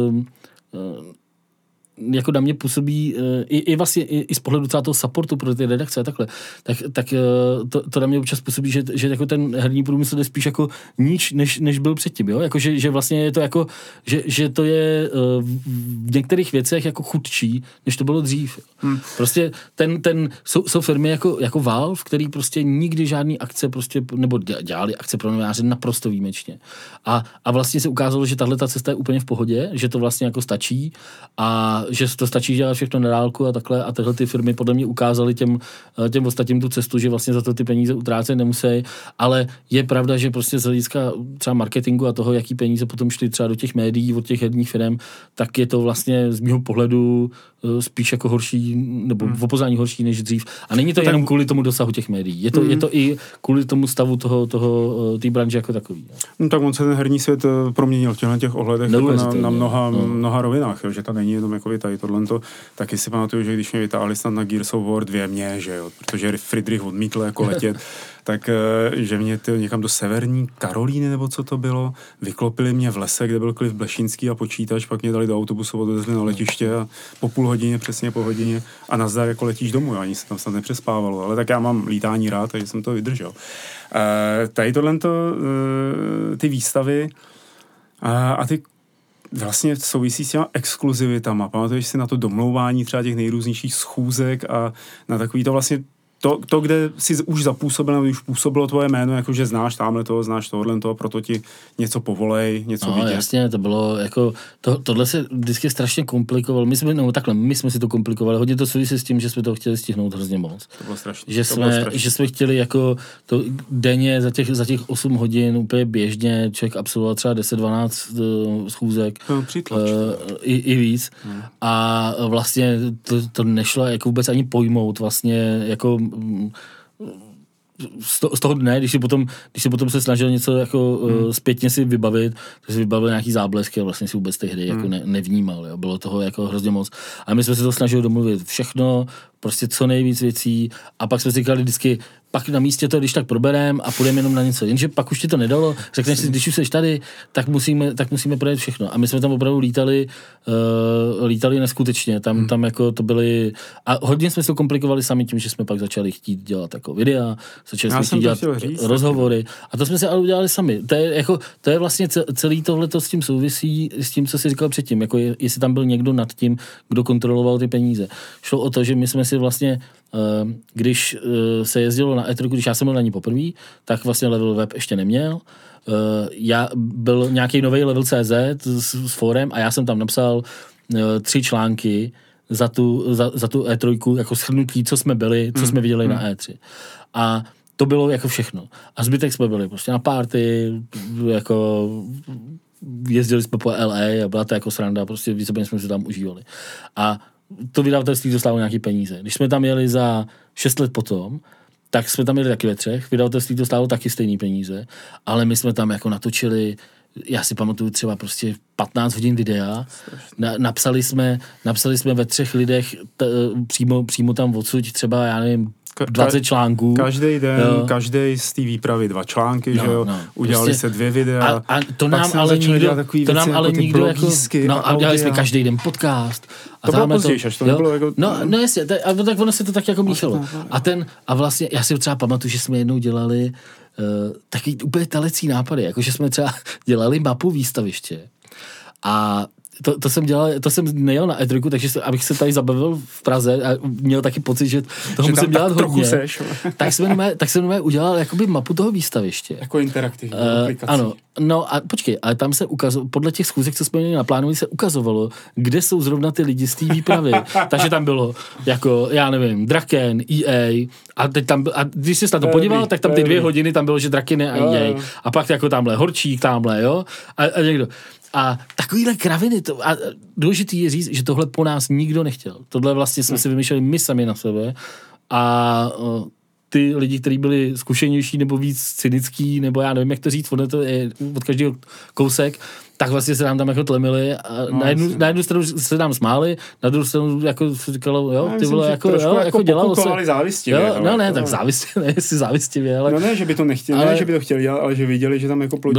jako na mě působí i vlastně i z pohledu třeba toho supportu pro ty redakce a takhle, tak to na mě občas působí, že jako ten herní průmysl je spíš jako níž, než byl předtím, jo? Jako, že vlastně je to jako, že to je v některých věcech jako chudší, než to bylo dřív. Prostě jsou firmy jako Valve, který prostě nikdy žádný akce prostě, nebo dělali akce pro novináře naprosto výjimečně. A vlastně se ukázalo, že tahle ta cesta je úplně v pohodě, že to vlastně jako stačí a že to stačí dělat všechno na dálku a takhle a tyhle ty firmy podle mě ukázaly těm ostatním tu cestu, že vlastně za to ty peníze utrácet nemusí, ale je pravda, že prostě z hlediska třeba marketingu a toho, jaký peníze potom šly třeba do těch médií, od těch herních firm, tak je to vlastně z mého pohledu spíš jako horší, nebo v opozání horší než dřív. A není to jenom kvůli tomu dosahu těch médií. Je to i kvůli tomu stavu té branže jako takový. No tak on se ten herní svět proměnil v těch ohledech jako na mnoha rovinách, jo, že to není jenom jako tady tohleto. Taky si pamatuju, že když mě vytáhli snad na Gears of War 2 že jo, protože Friedrich odmítl jako letět, tak že mě někam do severní Karolíny, nebo co to bylo, vyklopili mě v lese, kde byl Cliff Blešinský a počítač, pak mě dali do autobusu, odvezli na letiště a po půl hodině, přesně po hodině a nazdar jako letíš domů, ani se tam snad nepřespávalo, ale tak já mám lítání rád, takže jsem to vydržel. Tady tohleto, ty výstavy a ty vlastně souvisí s těma exkluzivitama. Pamatuješ si na to domlouvání třeba těch nejrůznějších schůzek a na takový to vlastně to, kde jsi už zapůsobil, nebo už působilo tvoje jméno, jakože znáš tamhle toho, znáš tohle toho, proto ti něco povolej, něco vidět. Jasně, to bylo jako, tohle se vždycky strašně komplikovalo. My jsme si to komplikovali, hodně to souvisí s tím, že jsme to chtěli stihnout hrozně moc. To bylo strašně. Že jsme chtěli jako to denně za těch 8 hodin úplně běžně, člověk absolvoval třeba 10-12 schůzek. I víc. A vlastně to nešlo jako vůbec ani pojmout vlastně jako z toho dne, když si potom se snažil něco jako zpětně si vybavit, tak si vybavil nějaký záblesky a vlastně si vůbec té hry jako nevnímal, jo. Bylo toho jako hrozně moc. A my jsme se to snažili domluvit všechno, prostě co nejvíc věcí a pak jsme si říkali vždycky, pak na místě to když tak proberem a půjdeme jenom na něco. Jenže pak už ti to nedalo, řekneš si, když už seš tady, tak musíme projet všechno. A my jsme tam opravdu lítali neskutečně. Tam jako to byly... A hodně jsme se to komplikovali sami tím, že jsme pak začali chtít dělat jako videa, začali jsme chtít dělat rozhovory. A to jsme se ale udělali sami. To je vlastně celý tohleto s tím souvisí, s tím, co jsi říkal předtím. Jako jestli tam byl někdo nad tím, kdo kontroloval ty peníze. Šlo o to, že my jsme si vlastně když se jezdilo na E3, když já jsem byl na ní poprvé, tak vlastně Level Web ještě neměl. Byl nějaký nový Level CZ s fórem a já jsem tam napsal 3 články za tu E3 jako shrnutí, co jsme byli, co jsme viděli na E3. A to bylo jako všechno. A zbytek jsme byli prostě na party, jako jezdili jsme po LA a byla to jako sranda, prostě víceméně jsme se tam užívali. A to vydavatelství dostalo nějaký peníze. Když jsme tam jeli za 6 let potom, tak jsme tam jeli taky ve 3, vydavatelství dostalo taky stejný peníze, ale my jsme tam jako natočili, já si pamatuju třeba prostě 15 hodin videa, napsali jsme ve 3 lidech přímo tam odsud třeba, já nevím, 20 článků. Každý den, každý z té výpravy 2 články, že jo? Udělali prostě, se 2 videa. A to nám ale nikdo jako... No a udělali jsme každý den podcast. To bylo později, až to nebylo jako... No jasně, tak ono se to tak jako míchalo. A vlastně, já si třeba pamatuju, že jsme jednou dělali takový úplně telecí nápady, jako že jsme třeba dělali mapu výstaviště. A to jsem nejel na E3, takže abych se tady zabavil v Praze a měl taky pocit, že toho musím dělat hodně. Tak jsem udělal jakoby mapu toho výstaviště. Jako interaktivní aplikací. Ano, no a počkej, ale tam se ukazovalo, podle těch schůzek, co jsme měli naplánovali, se ukazovalo, kde jsou zrovna ty lidi z té výpravy. Takže tam bylo jako, já nevím, Draken, EA, a když jsi na to podíval, tak tam ty 2 hodiny tam bylo, že Draken a EA. A pak jako tamhle Horčík, tamhle, jo, a někdo. A takovýhle kraviny, a důležitý je říct, že tohle po nás nikdo nechtěl. Tohle vlastně jsme si vymýšleli my sami na sebe a ty lidi, kteří byli zkušenější nebo víc cynický, nebo já nevím, jak to říct, to je od každého kousek, tak vlastně se nám tam jako tlemili a na jednu stranu se nám smáli, na druhou stranu jako se říkalo, jo, ty vole, jako dělalo se. Závistivě. Jo, no ne, tak závistivě, ne, jestli závistivě, ale... No ne, že by to nechtěli, ne, že by to chtěli dělat, ale že viděli, že tam jako plodí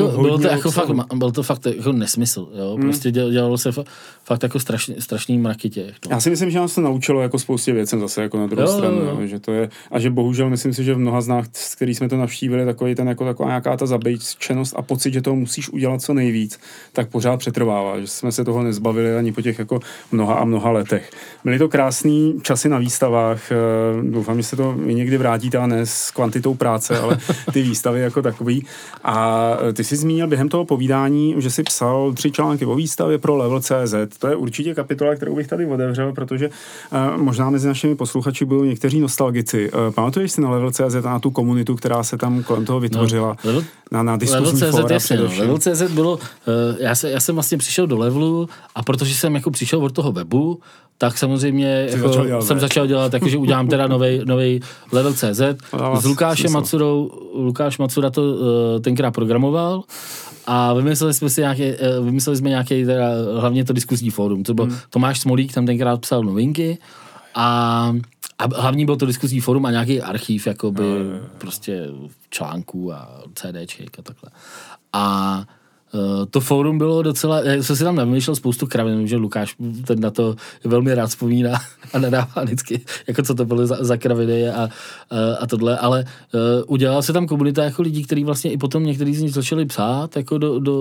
byl to fakt jako nesmysl, jo, prostě dělalo se fakt jako strašný mraky těch. No. Já si myslím, že nás to naučilo jako spoustě věcem zase jako na druhou stranu, jo, že to je, a že bohužel myslím si, že v mnoha z nás, s který jsme to navštívili, takový ten jako taková nějaká ta zabejčenost a pocit, že toho musíš udělat co nejvíc, tak pořád přetrvává, že jsme se toho nezbavili ani po těch jako mnoha letech. Byly to krásný časy na výstavách, doufám, že se to někdy vrátíte a ne s kvantitou práce, ale ty výstavy jako takový. A ty jsi zmínil během toho povídání, že jsi psal 3 články o výstavě pro Level.cz. To je určitě kapitola, kterou bych tady otevřel, protože možná mezi našimi posluchači budou někteří nostalgici. Pamatuješ si na Level.cz a na tu komunitu, která se tam kolem toho vytvořila? Na diskusní fóra především. Level.cz bylo, já jsem vlastně přišel do Levelu a protože jsem jako přišel od toho webu, tak samozřejmě jako jsem začal dělat, jakože udělám teda novej Level.cz s Lukášem Macurou. Lukáš Macura to tenkrát programoval a vymysleli jsme nějaký teda, hlavně to diskusní fórum. To byl Tomáš Smolík, tam tenkrát psal novinky a hlavní byl to diskusní fórum a nějaký archív jakoby prostě článků a CDček a takhle. A to fórum bylo docela, já jsem si tam nevymýšlel spoustu kravin, že Lukáš ten na to velmi rád vzpomíná a nadává vždycky, jako co to bylo za kraviny a tohle, ale udělala se tam komunita jako lidí, kteří vlastně i potom některý z nich začali psát jako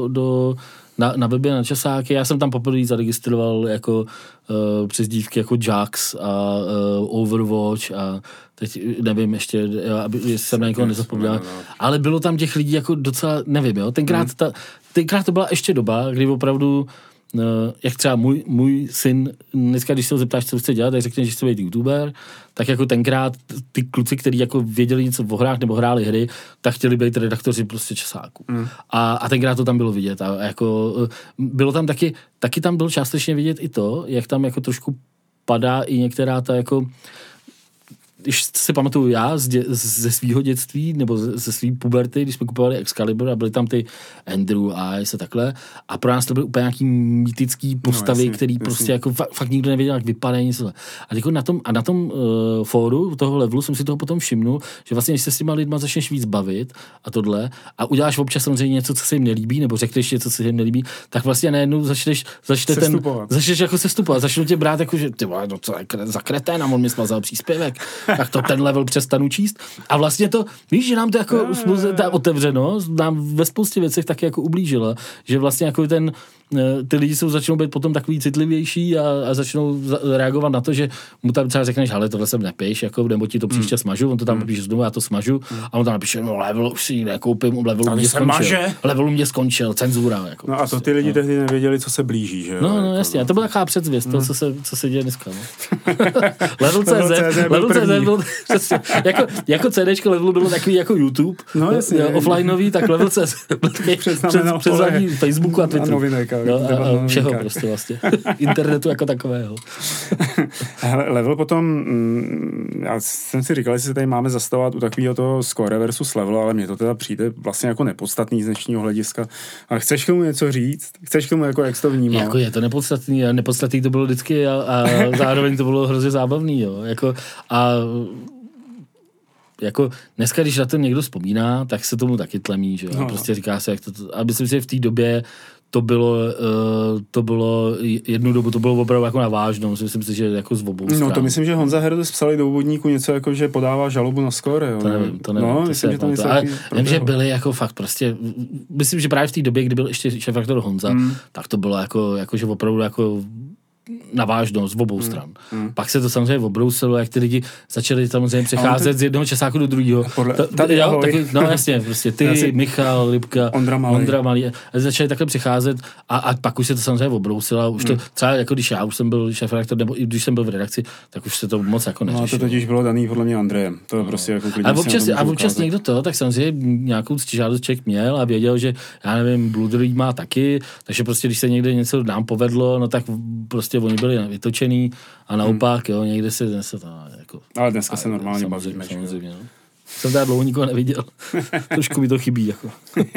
na webě, na časáky. Já jsem tam poprvé zaregistroval jako přezdívky jako Jax a Overwatch a teď nevím ještě, jestli jsem na někoho nezapomněl, ale bylo tam těch lidí jako docela, nevím, jo, tenkrát to byla ještě doba, kdy opravdu jak třeba můj syn, dneska, když se ho zeptáš, co chce dělat, tak řekne, že chce být youtuber, tak jako tenkrát ty kluci, kteří jako věděli něco o hrách nebo hráli hry, tak chtěli být redaktoři prostě časáků. A tenkrát to tam bylo vidět. A jako bylo tam taky tam bylo částečně vidět i to, jak tam jako trošku padá i některá ta jako, když si pamatuju já ze svýho dětství nebo ze svý puberty, když jsme kupovali Excalibur a byly tam ty Andrew a Ice a takhle a pro nás to byly úplně nějaký mýtický postavy, který prostě jako fakt nikdo nevěděl, jak vypadají něco. A jako na tom fóru toho Levelu jsem si toho potom všimnul, že vlastně, když se s těma lidma začneš víc bavit a tohle a uděláš občas samozřejmě něco, co se jim nelíbí, nebo řekneš něco, co se jim nelíbí, tak vlastně najednou začneš jako sestupovat, začnou tě brát jako, že ty vole, no co je za kretén a on mi smazal příspěvek. Tak to ten level přestanu číst. A vlastně to, víš, že nám to jako ta otevřenost nám ve spoustě věcech taky jako ublížila, že vlastně jako ty lidi začnou být potom takový citlivější a začnou reagovat na to, že mu tam třeba řekneš, ale tohle sem nepíš, jako, nebo ti to příště smažu, on to tam píše znovu, já to smažu a on tam napíše, no level už si nekoupím, level mě skončil, cenzura. Jako, no a to ty lidi tehdy nevěděli, co se blíží, že jo? No, jako, jasně, a to byla taková předzvěst, to, co se děje dneska. No. Level.cz byl jako CDčko Levelu bylo takový jako YouTube, no, jasně, offlineový, tak Level.cz předzadí Facebooku a Twitteru. A všeho prostě vlastně. Internetu jako takového. Level potom, já jsem si říkal, jestli se tady máme zastavovat u takového toho score versus level, ale mně to teda přijde vlastně jako nepodstatný z dnešního hlediska. Ale chceš k tomu něco říct? Chceš k tomu, jako, jak jsi to vnímal? Jako je to nepodstatný a nepodstatný to bylo vždycky a zároveň to bylo hrozně zábavný, jo. Jako dneska, když na to někdo vzpomíná, tak se tomu taky tlemí, že jo. No. Prostě říká se, jak to a myslím si, že v té době to bylo jednu dobu, to bylo opravdu jako na vážnou, myslím si, že jako z obou stran. No to myslím, že Honza Herdes psali do úvodníku něco jako, že podává žalobu na skóre. Jo. To nevím. No, myslím, že to něco ale vím, že byli jako fakt prostě, myslím, že právě v té době, kdy byl ještě šéfredaktor Honza, tak to bylo jako že opravdu jako na vážnost z obou stran. Pak se to samozřejmě obrousilo, jak ty lidi začali samozřejmě přecházet z jednoho časáku do druhého. No jasně, prostě ty, Michal, Rybka, Ondra Malý. A začali takhle přecházet a pak už se to samozřejmě obrousilo. Už to třeba jako když já už jsem byl šéfredaktor, nebo i když jsem byl v redakci, tak už se to moc jako neřešilo. No to totiž bylo daný podle mě Andrejem. To je prostě jako klidně. A občas někdo to, tak samozřejmě nějakou ctižádost člověk měl a věděl, že já nevím, Bluder má taky, takže prostě když se někde něco nám povedlo, no tak prostě oni byli vytočený a naopak, jo, někde se to jako... Ale dneska se normálně bavíme. Samozřejmě, no. Jsem tady dlouho nikoho neviděl. Trošku mi to chybí, jako.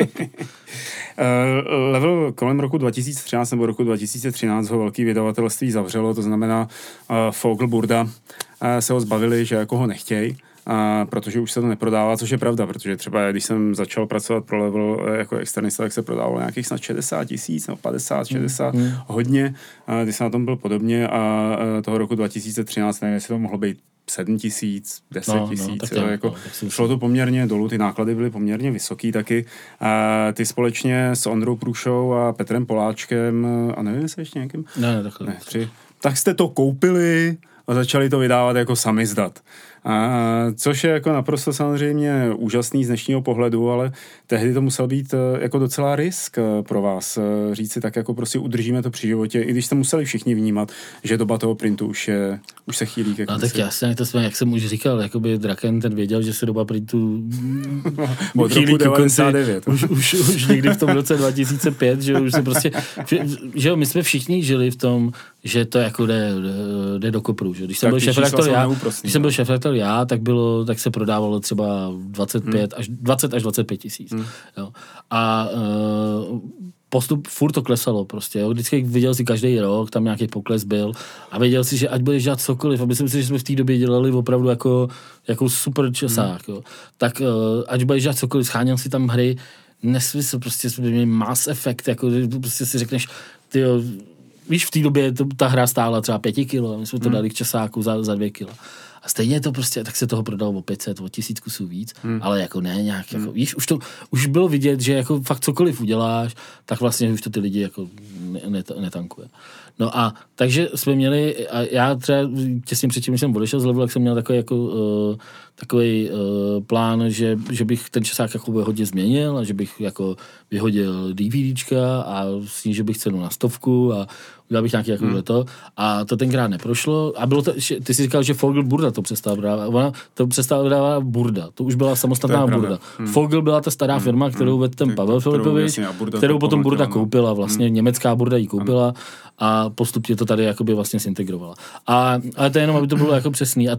Level kolem roku 2013 nebo roku 2013 ho velký vydavatelství zavřelo, to znamená Fogl Burda se ho zbavili, že jako ho nechtějí. Protože už se to neprodává, což je pravda, protože třeba když jsem začal pracovat pro Level jako externista, tak se prodávalo nějakých snad 60 000 nebo 50, 60, hodně, když jsem na tom byl podobně a toho roku 2013, nevím, jestli to mohlo být 7 000, 10 000, jako šlo to poměrně dolů, ty náklady byly poměrně vysoký taky. Ty společně s Ondrou Průšou a Petrem Poláčkem, a nevím, jestli ještě někým? Ne, tak jste to koupili a začali to vydávat jako samizdat. Což je jako naprosto samozřejmě úžasný z dnešního pohledu, ale tehdy to musel být jako docela risk pro vás. Říct si tak jako prostě udržíme to při životě, i když jste museli všichni vnímat, že doba toho printu už se chýlí ke konci. No tak jasně, jak jsem už říkal, jakoby Draken ten věděl, že se doba printu od roku 99. Už někdy v tom roce 2005, že už se prostě, že my jsme všichni žili v tom, že to jako jde do kopru, že když jsem byl šéfredaktor já, tak se prodávalo třeba 20 až 25 000. Jo. A postup furt to klesalo prostě, jo. Vždycky viděl si každý rok, tam nějaký pokles byl a věděl si, že ať budeš dělat cokoliv, a myslím si, že jsme v té době dělali opravdu jako super časák, jo. Tak ať budeš dělat cokoliv, scháněl si tam hry, nesmysl, prostě jsme měli Mass Effect, jako prostě si řekneš, tyjo, víš, v té době ta hra stála třeba 5 kilo, my jsme to dali k časáku za 2 kilo. A stejně to prostě, tak se toho prodalo o 500, o 1000 kusů víc, ale jako ne nějak, jako, víš, už bylo vidět, že jako fakt cokoliv uděláš, tak vlastně už to ty lidi jako netankuje. No a takže jsme měli, a já třeba těsně předtím, když jsem odešel z Levelu, tak jsem měl takový plán, že bych ten časák jako hodně změnil a že bych jako vyhodil DVDčka a snížil bych cenu na 100 a udělal bych nějaký jako to. A to tenkrát neprošlo. A bylo to, ty jsi říkal, že Fogl Burda to přestala vydávat. Ona to přestala vydávat Burda. To už byla samostatná Burda. Fogl byla ta stará firma, kterou vedl ten Pavel Filipovič, kterou potom Burda koupila. Vlastně německá Burda ji koupila a postupně to tady jakoby vlastně zintegrovala. Ale to je jenom, aby to bylo jako přesný. A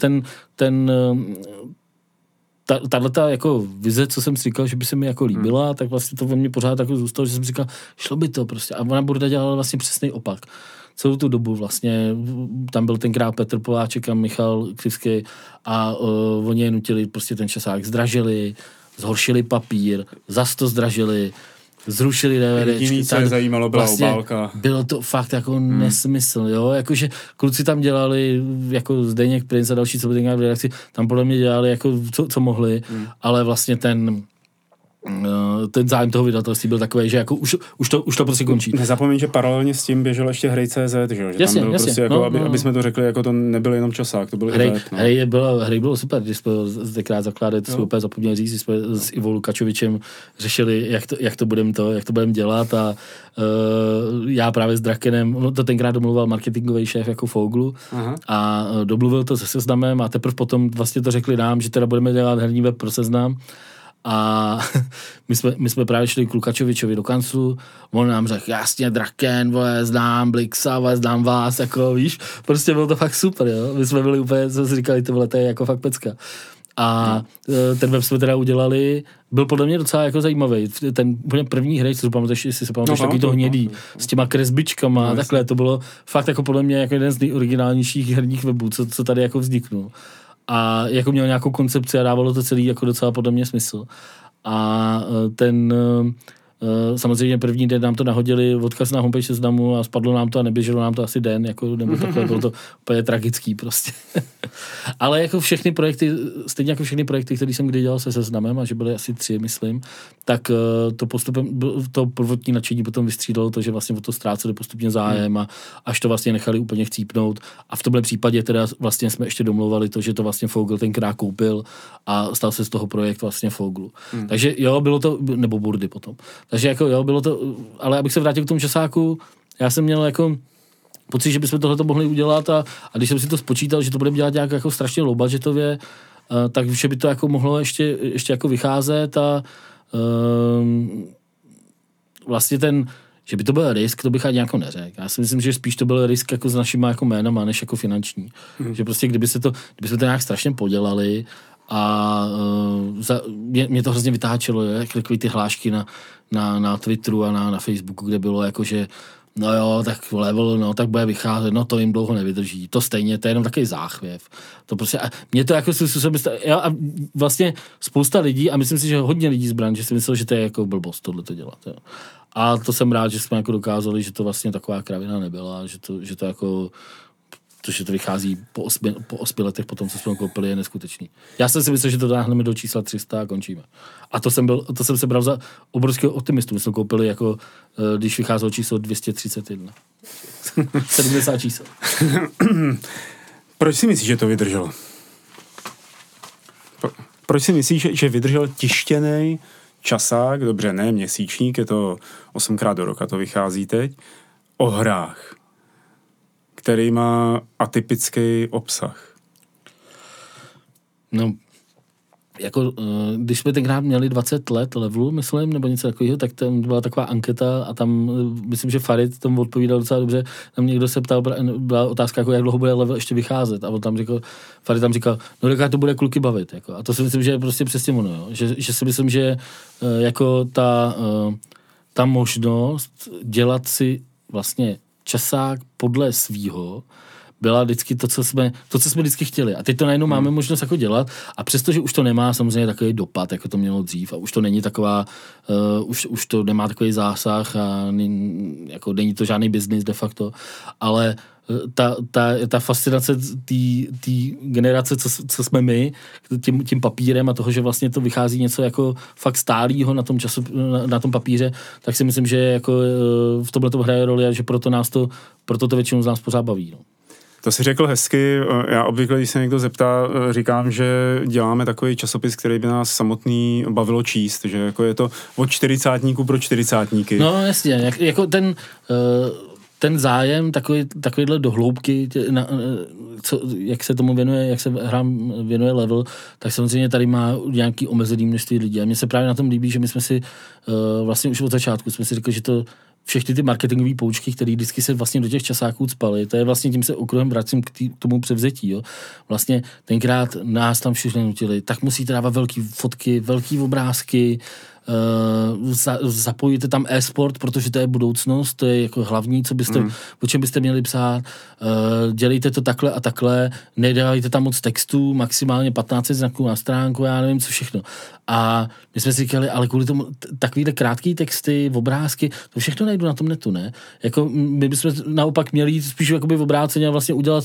tato jako vize, co jsem si říkal, že by se mi jako líbila, tak vlastně to ve mně pořád jako zůstalo, že jsem si říkal, šlo by to prostě. A ona Burda dělala vlastně přesný opak. Celou tu dobu vlastně, tam byl tenkrát Petr Poláček a Michal Křivský a oni je nutili prostě ten časák, zdražili, zhoršili papír, zas to zdražili, zrušili DVDčky. Jediný, co je zajímalo, byla vlastně obálka. Bylo to fakt jako nesmysl, jo, jakože kluci tam dělali, jako Zdeněk Princ a další, co byli v redakci, tam podle mě dělali jako co mohli, ale vlastně ten ten zájem toho vydatelství byl takový, že jako už to prostě končí. Nezapomeň, že paralelně s tím běžel ještě Hrej.cz, že jasně, tam byl prostě jako, aby jsme to řekli, jako to nebyl jenom časák, to byl Hrej, i web. Hrej bylo super, když jsme tenkrát zakládali, to jsme úplně zapomněli říct, jsme s Ivou Lukačovičem řešili, jak to budeme dělat a já právě s Drakenem, to tenkrát domluval marketingový šéf jako Foglu a domluvil to se Seznamem a teprve potom vlastně to řekli nám, že teda budeme dělat herní web pro Seznam. A my jsme právě šli k Lukačovičovi do kanclu, on nám řekl, jasně, Draken, vole, znám Blixa, vole, znám vás, jako víš, prostě bylo to fakt super, jo, my jsme byli úplně, jsme si říkali, to je jako fakt pecka. A ten web jsme teda udělali, byl podle mě docela jako zajímavý, ten úplně první hry, co si pamatuješ, jestli si pamatuješ, takový to hnědý, s těma kresbičkama a takhle, to bylo fakt jako podle mě jako jeden z nejoriginálnějších herních webů, co tady jako vzniknul. A jako měl nějakou koncepci a dávalo to celý jako docela podle mě smysl. A samozřejmě první den nám to nahodili odkaz na homepage Seznamu a spadlo nám to a neběželo nám to asi den, jako, nebo takhle, bylo to úplně tragický prostě. Ale jako všechny projekty, stejně jako všechny projekty, které jsem kdy dělal se Seznamem, a že byly asi 3, myslím, tak to postupem, to prvotní nadšení potom vystřídalo to, že vlastně o to ztráceli postupně zájem a až to vlastně nechali úplně chcípnout. A v tomhle případě teda vlastně jsme ještě domlouvali to, že to vlastně Fogl tenkrát koupil a stal se z toho projekt vlastně Foglu. Takže jo, bylo to, nebo Burdy potom. Takže jako jo, bylo to, ale abych se vrátil k tomu časáku, já jsem měl jako pocit, že bychom tohleto mohli udělat a když jsem si to spočítal, že to budeme dělat nějak jako strašně low budgetově, takže by to jako mohlo ještě jako vycházet a vlastně že by to byl risk, to bych ani jako neřekl. Já si myslím, že spíš to byl risk jako s našima jako jménama, než jako finanční. Že prostě kdybychom to nějak strašně podělali a mě to hrozně vytáčelo, jak ty hlášky na Twitteru a na Facebooku, kde bylo jako, že no jo, tak level, no tak bude vycházet, no to jim dlouho nevydrží. To stejně, to je jenom takový záchvěv. To prostě, a mě to jako a vlastně spousta lidí, a myslím si, že hodně lidí z branže si myslel, že to je jako blbost tohle to dělat. Jo. A to jsem rád, že jsme jako dokázali, že to vlastně taková kravina nebyla, že to jako to, že to vychází po 8 letech potom, co jsme koupili, je neskutečný. Já jsem si myslel, že to dáhneme do čísla 300 a končíme. A to jsem se bral za obrovského optimistu. My jsme koupili jako, když vycházelo číslo 231. 70 čísel. Proč si myslíš, že to vydrželo? Proč si myslíš, že vydržel tištěnej časák, dobře, ne měsíčník, je to 8krát do roka, to vychází teď, o hrách, který má atypický obsah? No, jako, když jsme tenkrát měli 20 let levelu, myslím, nebo něco takového, tak tam byla taková anketa a tam, myslím, že Farid tomu odpovídal docela dobře. Tam někdo se ptal, byla otázka, jako jak dlouho bude level ještě vycházet. A on tam říkal, Farid tam říkal, no jaká to bude kluky bavit. Jako. A to si myslím, že je prostě přesně ono. Jo. Že si myslím, že jako ta možnost dělat si vlastně časák podle svýho byla vždycky to, co jsme vždycky chtěli. A teď to najednou máme možnost jako dělat a přestože už to nemá samozřejmě takový dopad, jako to mělo dřív a už to není taková, už to nemá takový zásah a jako není to žádný biznis de facto, ale ta fascinace té generace, co jsme my, tím papírem a toho, že vlastně to vychází něco jako fakt stálýho na tom času, na tom papíře, tak si myslím, že jako v tomhle to hraje roli a že proto to většinou z nás pořád baví. No. To si řekl hezky. Já obvykle, když se někdo zeptá, říkám, že děláme takový časopis, který by nás samotný bavilo číst, že jako je to od 40tníků pro 40tníky. No jasně, jako ten zájem, takovýhle dohloubky, jak se tomu věnuje, jak se hrám věnuje level, tak samozřejmě tady má nějaký omezený množství lidí. A mně se právě na tom líbí, že my jsme si vlastně už od začátku jsme si řekli, že to všechny ty marketingové poučky, které vždycky se vlastně do těch časáků cpaly, to je vlastně tím se okruhem vracím k tomu převzetí. Jo. Vlastně tenkrát nás tam všichni nutili, tak musíte dávat velký fotky, velký obrázky, zapojíte tam e-sport, protože to je budoucnost, to je jako hlavní, o čem byste měli psát, dělejte to takhle a takhle, nedávajte tam moc textů, maximálně 15 znaků na stránku, já nevím, co všechno. A my jsme si říkali, ale kvůli tomu takovýhle krátký texty, obrázky, to všechno najdu na tom netu, ne? Jako my bychom naopak měli jít spíš jakoby v obráceně a vlastně udělat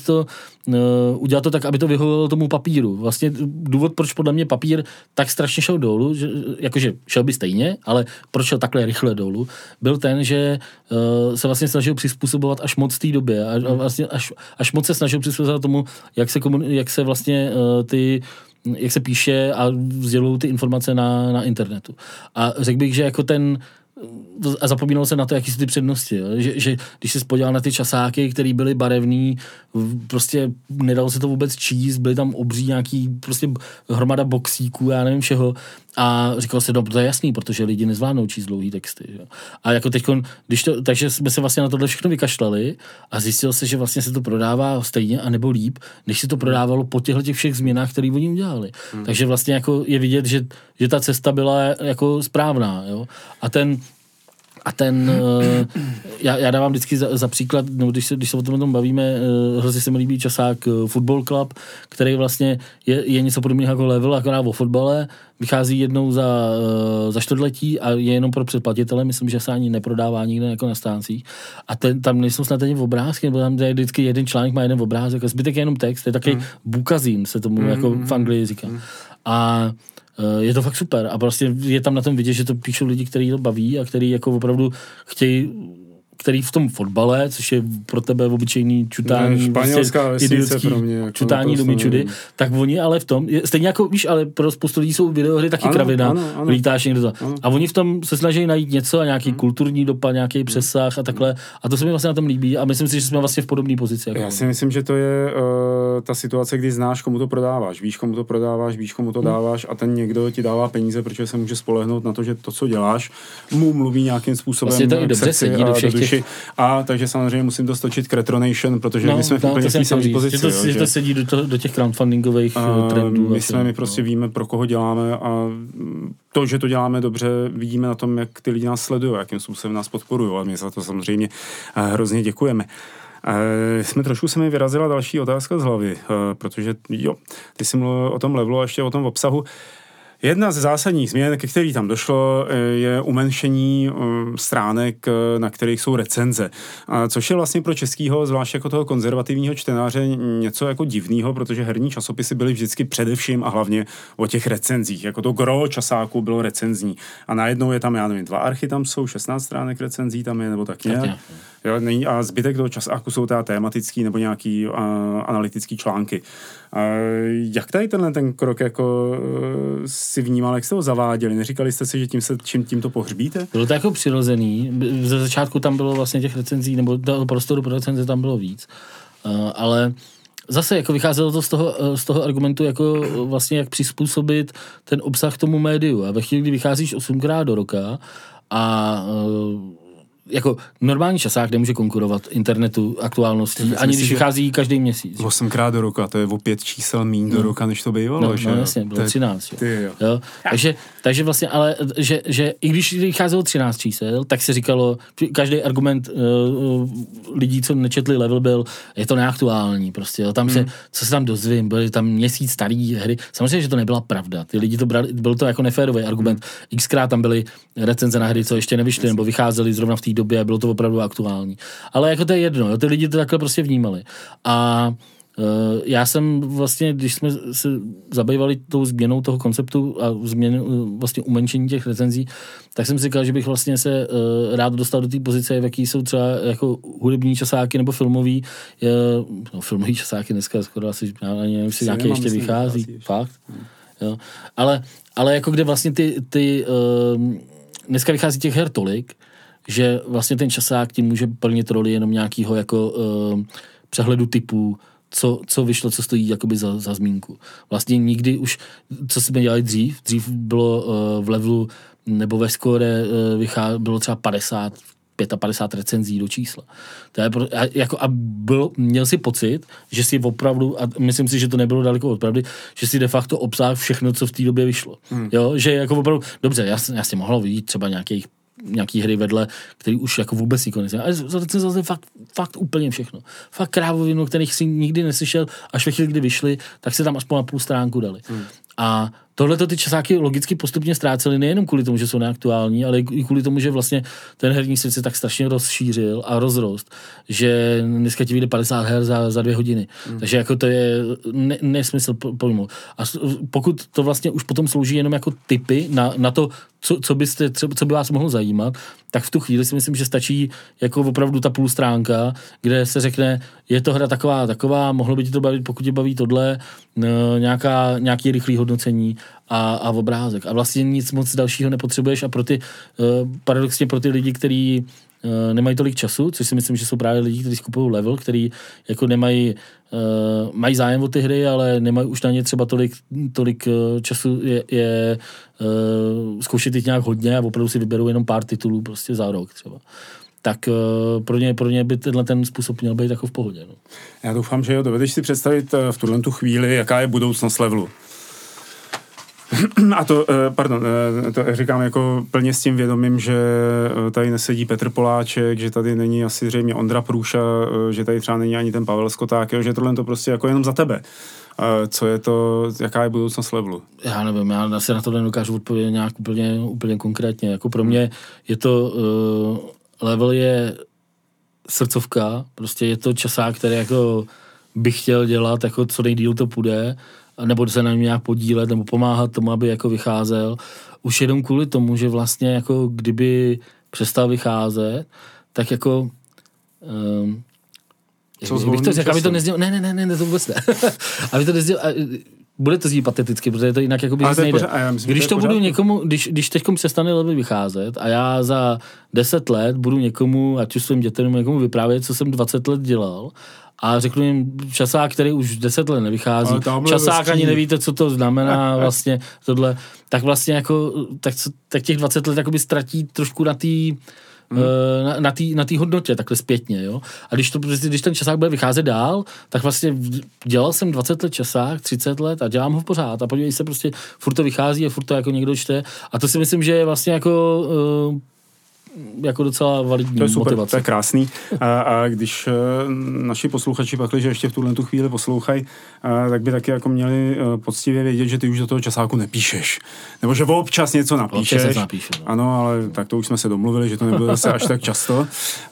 to tak, aby to vyhovovalo tomu papíru. Vlastně důvod, proč podle mě papír tak strašně šel dolů, že jakože šel by stejně, ale proč šel takhle rychle dolů, byl ten, že se vlastně snažil přizpůsobovat až moc té době a vlastně až moc se snažil přizpůsobovat tomu, jak se vlastně jak se píše a sdělují ty informace na internetu. A řekl bych, že jako a zapomínalo se na to, jaký jsou ty přednosti. Jo? Že když se podíval na ty časáky, které byly barevný, prostě nedalo se to vůbec číst, byly tam obří nějaký prostě hromada boxíků, já nevím čeho. A říkalo se, no to je jasný, protože lidi nezvládnou číst dlouhý texty. Jo? A jako teďkon, takže jsme se vlastně na tohle všechno vykašlali a zjistilo se, že vlastně se to prodává stejně a nebo líp, než se to prodávalo po těchto všech změnách, které oni udělali. Takže vlastně jako je vidět, že ta cesta byla jako správná. Jo? Já dávám vždycky za příklad, no, když se o tom bavíme, hrozně se mi líbí časák Football Club, který vlastně je něco podobného jako Level, akorát o fotbale, vychází jednou za čtvrtletí a je jenom pro předplatitele, myslím, že se ani neprodává nikde jako na stáncích. A tam nejsou snad ani obrázky, nebo tam je vždycky jeden článek má jeden obrázek a zbytek je jenom text, to je takový bukazín, se tomu jako v Anglii říká. A je to fakt super a prostě je tam na tom vidět, že to píšou lidi, kteří to baví a kteří jako opravdu chtějí, který v tom fotbale, což je pro tebe obyčejný čutání, španělská vesnice pro mě, jako čutání do míčudy, tak oni ale v tom, stejně jako víš, ale pro spoustu lidí jsou videohry taky kravina, lítáš někdo to. A oni v tom se snaží najít něco a nějaký kulturní dopad, nějaký přesah a takhle. A to se mi vlastně na tom líbí a myslím si, že jsme vlastně v podobné pozici. Jako já si myslím, že to je ta situace, kdy znáš, komu to prodáváš, víš, komu to prodáváš, víš, komu to dáváš a ten někdo ti dává peníze, protože se může spolehnout na to, že to, co děláš, mu mluví nějakým způsobem vlastně to i dobře sedí do všech těch... A takže samozřejmě musím to stočit k Retronation, protože my jsme v úplně v samé pozici. Že to sedí do těch crowdfundingových trendů. My prostě víme, pro koho děláme a to, že to děláme dobře, vidíme na tom, jak ty lidi nás sledují, jakým způsobem nás podporují a my za to samozřejmě hrozně děkujeme. Se mi vyrazila další otázka z hlavy, protože ty jsi mluvil o tom levelu a ještě o tom obsahu. Jedna z zásadních změn, ke který tam došlo, je umenšení stránek, na kterých jsou recenze. Což je vlastně pro českýho, zvlášť jako toho konzervativního čtenáře, něco jako divného, protože herní časopisy byly vždycky především a hlavně o těch recenzích. Jako to gro časáku bylo recenzní. A najednou je tam, já nevím, 2 archy tam jsou, 16 stránek recenzí tam je, nebo tak nějak. A zbytek toho časáku jsou teda tematický nebo nějaký analytický články. Jak tady ten krok jako si vnímal, jak jste ho zaváděli? Neříkali jste si, že tím to pohřbíte? Bylo to jako přirozený. Ze začátku tam bylo vlastně těch recenzí, nebo toho prostoru pro recenze tam bylo víc. Ale zase jako vycházelo to z toho argumentu, jako vlastně jak přizpůsobit ten obsah tomu médiu. A ve chvíli, kdy vycházíš 8krát do roka a jako normální časák nemůže konkurovat internetu aktuálností, ani když vychází každý měsíc. 8krát do roka, to je o 5 čísel míň do roka, než to bývalo. No jasně, bylo 13. Jo. Takže vlastně, ale že i když vycházelo 13 čísel, tak se říkalo, každý argument lidí, co nečetli level, byl, je to neaktuální prostě. Jo. Tam co se tam dozvím, byly tam měsíc starý hry. Samozřejmě, že to nebyla pravda. Ty lidi to brali, byl to jako neférový argument. Xkrát tam byly recenze na hry, co ještě nevyšly, nebo vycházely zrovna v té době, bylo to opravdu aktuální. Ale jako to je jedno, jo, ty lidi to takhle prostě vnímali. A já jsem vlastně, když jsme se zabývali tou změnou toho konceptu a vlastně umenšení těch recenzí, tak jsem si říkal, že bych vlastně se rád dostal do té pozice, v jaký jsou třeba jako hudební časáky nebo filmový. Filmový časáky dneska skoro asi, ani nevím, jestli nějaké ještě vychází. Fakt. Jo. Ale jako kde vlastně ty dneska vychází těch her tolik, že vlastně ten časák tím může plnit roli jenom nějakého jako přehledu typů, co vyšlo, co stojí jakoby za zmínku. Vlastně nikdy už, co jsme dělali dřív bylo v levelu nebo ve score bylo třeba 55 recenzí do čísla. To je měl si pocit, že si opravdu, a myslím si, že to nebylo daleko od pravdy, že si de facto obsáhl všechno, co v té době vyšlo. Jo, že jako opravdu, dobře, já si mohla vidět třeba nějaký hry vedle, který už jako vůbec nikoho neslyšel. Ale zarecenzoval fakt úplně všechno. Fakt krávovinu, kterých si nikdy neslyšel, až ve chvíli, kdy vyšli, tak se tam aspoň na půl stránku dali. A tohleto ty časáky logicky postupně ztrácely nejenom kvůli tomu, že jsou neaktuální, ale i kvůli tomu, že vlastně ten herní svět se tak strašně rozšířil a rozrost, že dneska ti vyjde 50 her za 2 hodiny. Takže jako to je nesmysl pojmout. A pokud to vlastně už potom slouží jenom jako tipy na to, co by vás mohlo zajímat, tak v tu chvíli si myslím, že stačí jako opravdu ta půl stránka, kde se řekne, je to hra taková, mohlo by ti to bavit, pokud tě baví tohle, nějaký rychlý hodnocení a obrázek. A vlastně nic moc dalšího nepotřebuješ a paradoxně pro ty lidi, kteří nemají tolik času, což si myslím, že jsou právě lidi, kteří skupují level, který jako mají zájem o ty hry, ale nemají už na ně třeba tolik času je zkoušet jich nějak hodně a opravdu si vyberou jenom pár titulů prostě za rok třeba. Tak pro ně by ten způsob měl být jako v pohodě. No. Já doufám, že jo, dovedeš si představit v tuhle chvíli, jaká je budoucnost levelu. A to říkám jako plně s tím vědomím, že tady nesedí Petr Poláček, že tady není asi zřejmě Ondra Průša, že tady třeba není ani ten Pavel Skoták, že tohle to prostě jako jenom za tebe. Co je to, jaká je budoucnost levelu? Já nevím, já se na to nedokážu odpovědět nějak úplně konkrétně. Jako pro mě je to, level je srdcovka, prostě je to časák, který jako bych chtěl dělat, jako co nejdýl to půjde, nebo se na něm nějak podílet, nebo pomáhat tomu, aby jako vycházel. Už jenom kvůli tomu, že vlastně jako kdyby vycházet, tak jako bych to řekl, aby to nezděl, ne, to vůbec ne. Aby to nezděl, bude to znít pateticky, protože to jinak jako by nejde. Když to budu někomu, když teďkom přestane level vycházet a já za 10 let budu někomu, ať už svým dětem někomu vyprávět, co jsem 20 let dělal, a řeknu jim časák, který už 10 let nevychází, časák ani nevíte, co to znamená vlastně tohle, tak vlastně jako, tak těch 20 let jakoby ztratí trošku na té hodnotě, takhle zpětně, jo. A když ten časák bude vycházet dál, tak vlastně dělal jsem 20 let časák, 30 let a dělám ho pořád a podívej se, prostě furt to vychází a furt to jako někdo čte a to si myslím, že je vlastně jako docela validní to je super, motivace. To je krásný. A když naši posluchači pak, že ještě v tuhle chvíli poslouchají, tak by taky jako měli poctivě vědět, že ty už do toho časáku nepíšeš. Nebo že občas něco napíšeš. Ano, ale tak to už jsme se domluvili, že to nebude zase až tak často.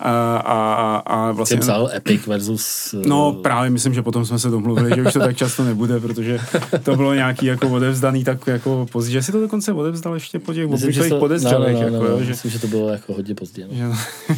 A vlastně... Jsem psal Epic versus... No právě myslím, že potom jsme se domluvili, že už to tak často nebude, protože to bylo nějaký jako odevzdaný tak jako pozdě, že si to dokonce odevzdal ještě po těch obvyklých podezřelých. Myslím, že to bylo jako hodně pozdě. No.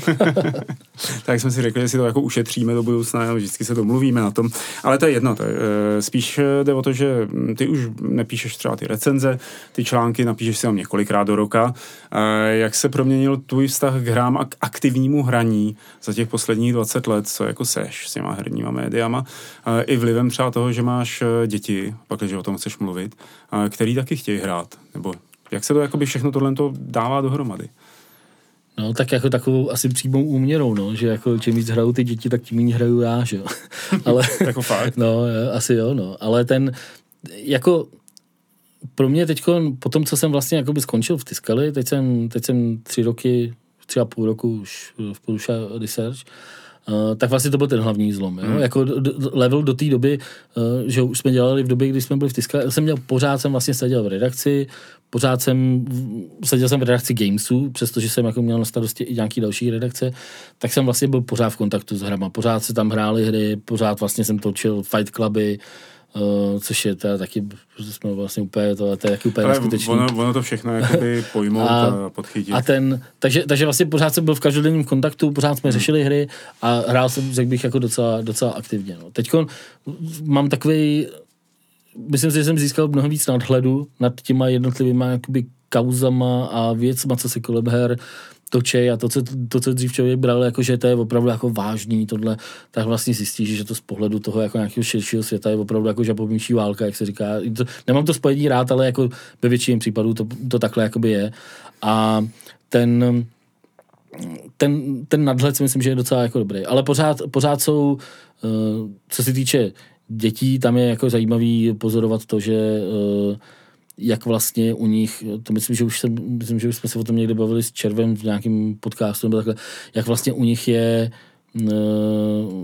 Tak jsme si řekli, že si to jako ušetříme do budoucna, vždycky se domluvíme na tom. Ale to je jedno, spíš jde o to, že ty už nepíšeš třeba ty recenze, ty články napíšeš si tam několikrát do roka. Jak se proměnil tvůj vztah k hrám a k aktivnímu hraní za těch posledních 20 let, co jako seš s těma herníma médiama, i vlivem třeba toho, že máš děti, pak, že o tom chceš mluvit, který taky chtějí hrát, nebo jak se to jakoby všechno tohle dává dohromady? No, tak jako takovou asi přímou úměrou, no, že jako čím víc hrajou ty děti, tak tím méně hraju já, že jo. Ale, jako fakt? No, asi jo, no. Ale jako pro mě teďko, po tom, co jsem vlastně jakoby skončil v Tiskali, teď jsem 3,5 roku už v Poluša Research, tak vlastně to byl ten hlavní zlom. Jo? Jako level do té doby, že už jsme dělali v době, kdy jsme byli v Tiskali, pořád jsem vlastně seděl v redakci, seděl jsem v redakci Gamesu, přestože jsem jako měl na starosti i nějaký další redakce, tak jsem vlastně byl pořád v kontaktu s hrama. Pořád se tam hrály hry, pořád vlastně jsem točil Fight Cluby, což je teda taky, jsme vlastně úplně, to je taky úplně neskutečný. Ono to všechno jakoby pojmout a podchytit. Takže vlastně pořád jsem byl v každodenním kontaktu, pořád jsme řešili hry a hrál jsem, řekl bych, jako docela aktivně. No. Teďko mám takovej, myslím si, že jsem získal mnohem víc nadhledu nad těma jednotlivýma jakoby kauzama a věcma, co se kolem her točej a to, co dřív člověk bral, jako, že to je opravdu jako vážný tohle, tak vlastně zjistíš, že to z pohledu toho jako nějakého širšího světa je opravdu jako žabomíší válka, jak se říká. Nemám to spojení rád, ale jako ve většině případů to takhle jakoby je. A ten nadhled si myslím, že je docela jako dobrý. Ale pořád jsou, co se týče dětí, tam je jako zajímavý pozorovat to, že jak vlastně u nich, to myslím, že už jsme se o tom někde bavili s Červem v nějakém podcastu, nebo takhle, jak vlastně u nich je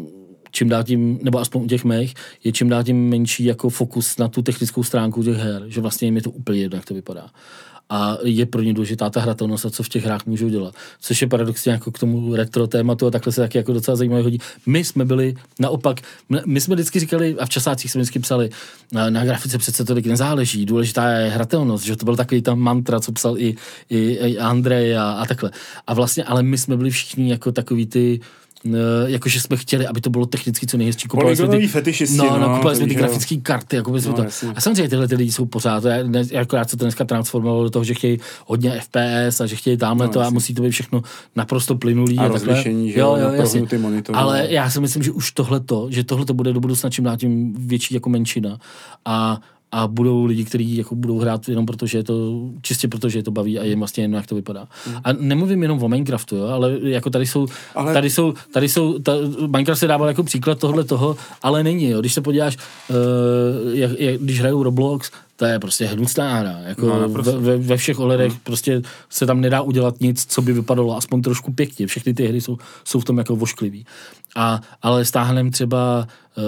čím dál tím, nebo aspoň u těch mých, je čím dál tím menší jako fokus na tu technickou stránku těch her, že vlastně jim je to úplně jedno, jak to vypadá. A je pro ně důležitá ta hratelnost a co v těch hrách můžou dělat. Což je paradoxně jako k tomu retro tématu a takhle se taky jako docela zajímavě hodí. My jsme byli naopak, my jsme vždycky říkali, a v časácích jsme vždycky psali, na grafice přece tolik nezáleží, důležitá je hratelnost, že to byl takový tam mantra, co psal i Andrej a takhle. A vlastně, ale my jsme byli všichni jako takový ty, jakože jsme chtěli, aby to bylo technicky co nejhezčí. Polygonový fetišisti. Kupovali jsme ty grafické karty. Jako jsme to. A samozřejmě tyhle ty lidi jsou pořád, akorát se to dneska transformovalo do toho, že chtějí hodně FPS a že chtějí tamhle to a musí to být všechno naprosto plynulý. A rozlišení, že jo, ty monitory. Ale já si myslím, že už tohleto bude do budoucna čím dál tím větší jako menšina. A budou lidi, kteří jako budou hrát jenom čistě protože je to baví a je vlastně jedno, jak to vypadá. A nemluvím jenom o Minecraftu, jo, ale jako tady jsou, Minecraft se dával jako příklad toho, ale není, jo. Když se podíváš, když hrajou Roblox, to je prostě hnusná hra, jako ve všech ohledech prostě se tam nedá udělat nic, co by vypadalo aspoň trošku pěkně, všechny ty hry jsou v tom jako vošklivý. Ale stáhnem třeba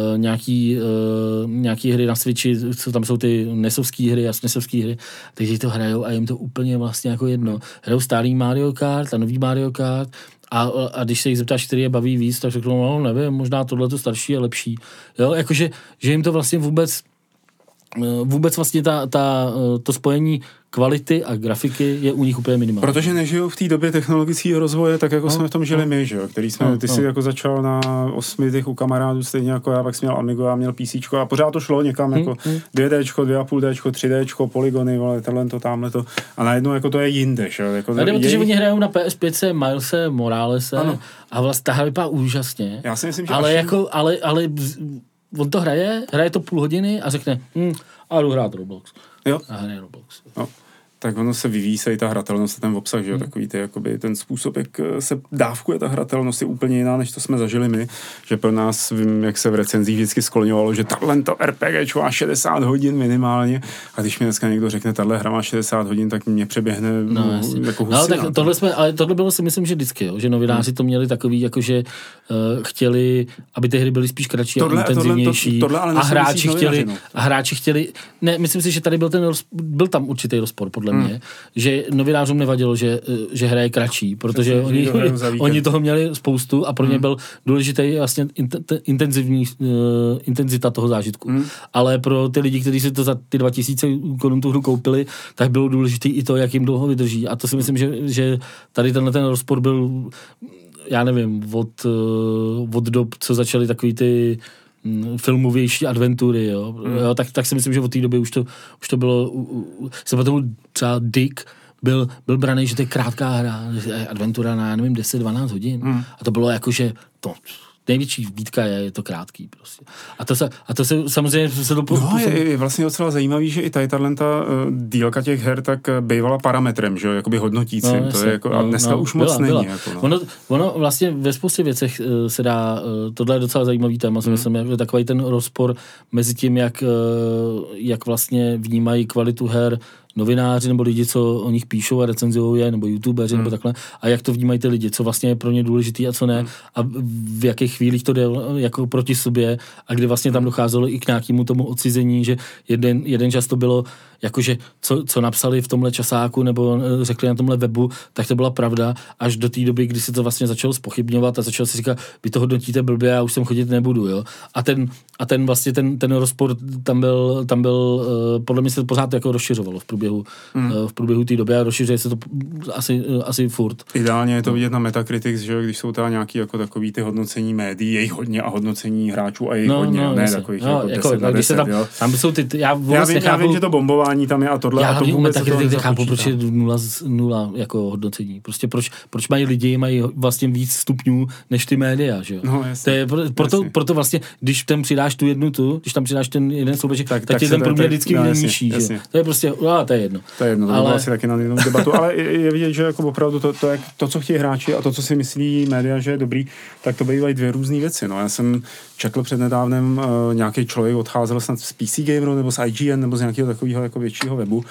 nějaký hry na Switchi, co tam jsou ty nesovský hry a snesovský hry, takže to hrajou a jim to úplně vlastně jako jedno. Hrajou starý Mario Kart a nový Mario Kart a když se jich zeptáš, který je baví víc, tak řeknou, no nevím, možná tohleto starší je lepší. Jo, jakože, že jim to vlastně vůbec vlastně to spojení kvality a grafiky je u nich úplně minimální. Protože nežijou v té době technologického rozvoje, tak jako jsme v tom žili my, že jo, ty jsi jako začal na 8 těch u kamarádů, stejně jako já, pak jsem měl Amigo, já měl PCčko a pořád to šlo někam jako 2Dčko, 2,5Dčko, 3Dčko, polygony, vole, tamhleto a najednou jako to je jinde, že jo. Jako protože oni hrajou na PS5, Milese, Moralese a vlastně ta hra vypadá úžasně. Já si myslím, že ale on to hraje to půl hodiny a řekne, a jdu hrát Roblox. Jo. A hraje Roblox. Jo. Tak ono se vyvíjí se i ta hratelnost a ten obsah, že jo, takový jakoby ten způsob, jak se dávkuje ta hratelnost je úplně jiná, než to jsme zažili my, že pro nás, vím, jak se v recenzích vždycky skloňovalo, že tato RPGčko má 60 hodin minimálně a když mi dneska někdo řekne, tahle hra má 60 hodin, tak mě přeběhne jako husina. Tak tohle bylo si myslím, že vždycky, jo, že novináři to měli takový, jakože chtěli, aby ty hry byly spíš kratší a intenzivnější a hráči chtěli, ne, myslím si, že tady byl tam určitý rozpor, podle mě, že novinářům nevadilo, že hra je kratší, protože oni toho měli spoustu a pro ně byl důležitý vlastně intenzita toho zážitku. Ale pro ty lidi, kteří si to za ty 2000 korun tu hru koupili, tak bylo důležitý i to, jak jim dlouho vydrží. A to si myslím, že tady ten rozpor byl, já nevím, od dob, co začaly takový ty filmovější adventury, jo. Tak si myslím, že od té doby už to bylo, se potom třeba Dick byl braný, že to je krátká hra, adventura na, já nevím, 10-12 hodin. A to bylo jako, že to největší výtka je to krátký prostě. A to se samozřejmě se to... je vlastně docela zajímavý, že i ta dílka těch her tak bývala parametrem, že jo, jakoby hodnotícím. To je jako, a dneska už moc není. Jako, Ono vlastně ve spoustě věcech se dá, tohle je docela zajímavý téma, myslím, jako takový ten rozpor mezi tím, jak vlastně vnímají kvalitu her novináři nebo lidi, co o nich píšou a recenzují je, nebo youtubeři, nebo takhle, a jak to vnímají ty lidi, co vlastně je pro ně důležitý a co ne, a v jakých chvílích to jde jako proti sobě a kdy vlastně tam docházelo i k nějakému tomu odcizení, že jeden čas to bylo jakože co napsali v tomhle časáku nebo řekli na tomhle webu, tak to byla pravda, až do té doby, kdy se to vlastně začalo zpochybňovat a začalo si říkat, vy to hodnotíte blbě, já už sem chodit nebudu, jo. A ten vlastně ten rozpor tam byl podle mě se to pořád jako rozšiřovalo v průběhu té doby a rozšiřuje se to asi furt. Ideálně je to vidět na Metacritics, že když jsou tam nějaký jako takový ty hodnocení médií, jejich hodně a hodnocení hráčů a jejich hodně, ne takových jako 10 na 10, tam jsou ty, já vím, že to bombování tam je a tohle. Já hlavně u Metacritic chápu, proč je 0 jako hodnocení. Prostě proč mají lidi, mají vlastně víc stupňů než ty média, že jo? No, jasně, to je proto vlastně, když tam přidáš ten jeden souběžek, tak je ten průměr vždycky nižší, že? To je prostě, to to je jedno. To je jedno, to bylo asi taky na jinou debatu, ale je vidět, že jako opravdu to, co chtějí hráči a to, co si myslí média, že je dobrý, tak to bývají dvě různé věci. No, já jsem četl přednedávnem, nějaký člověk odcházel snad z PC Gameru nebo z IGN nebo z nějakého takového jako většího webu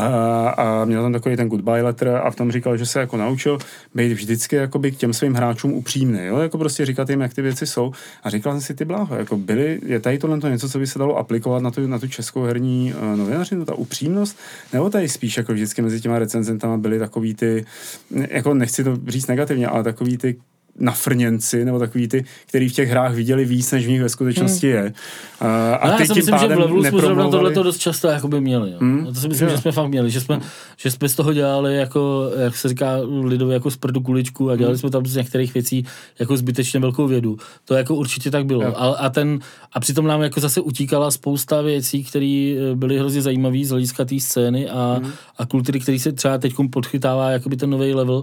a měl tam takový ten goodbye letter a v tom říkal, že se jako naučil být vždycky jakoby k těm svým hráčům upřímný, jo? Jako prostě říkat jim, jak ty věci jsou. A říkal jsem si, ty bláho, jako je tady tohle něco, co by se dalo aplikovat na tu českou herní novinařinu, ta upřímnost, nebo tady spíš jako vždycky mezi těma recenzentama byly takový ty, jako nechci to říct negativně, ale takový ty nafrněnci, nebo takový ty, který v těch hrách viděli víc, než v nich ve skutečnosti je. A ty já si myslím, že v Levelu jsme zrovna tohleto dost často jakoby měli. Jo. A to si myslím, že jsme fakt měli, že jsme z toho dělali jako, jak se říká lidově, jako z prdu kuličku a dělali jsme tam z některých věcí jako zbytečně velkou vědu. To jako určitě tak bylo. A přitom nám jako zase utíkala spousta věcí, které byly hrozně zajímavé z hlediska té scény a kultury, který se třeba teď podchytává jakoby ten nový level,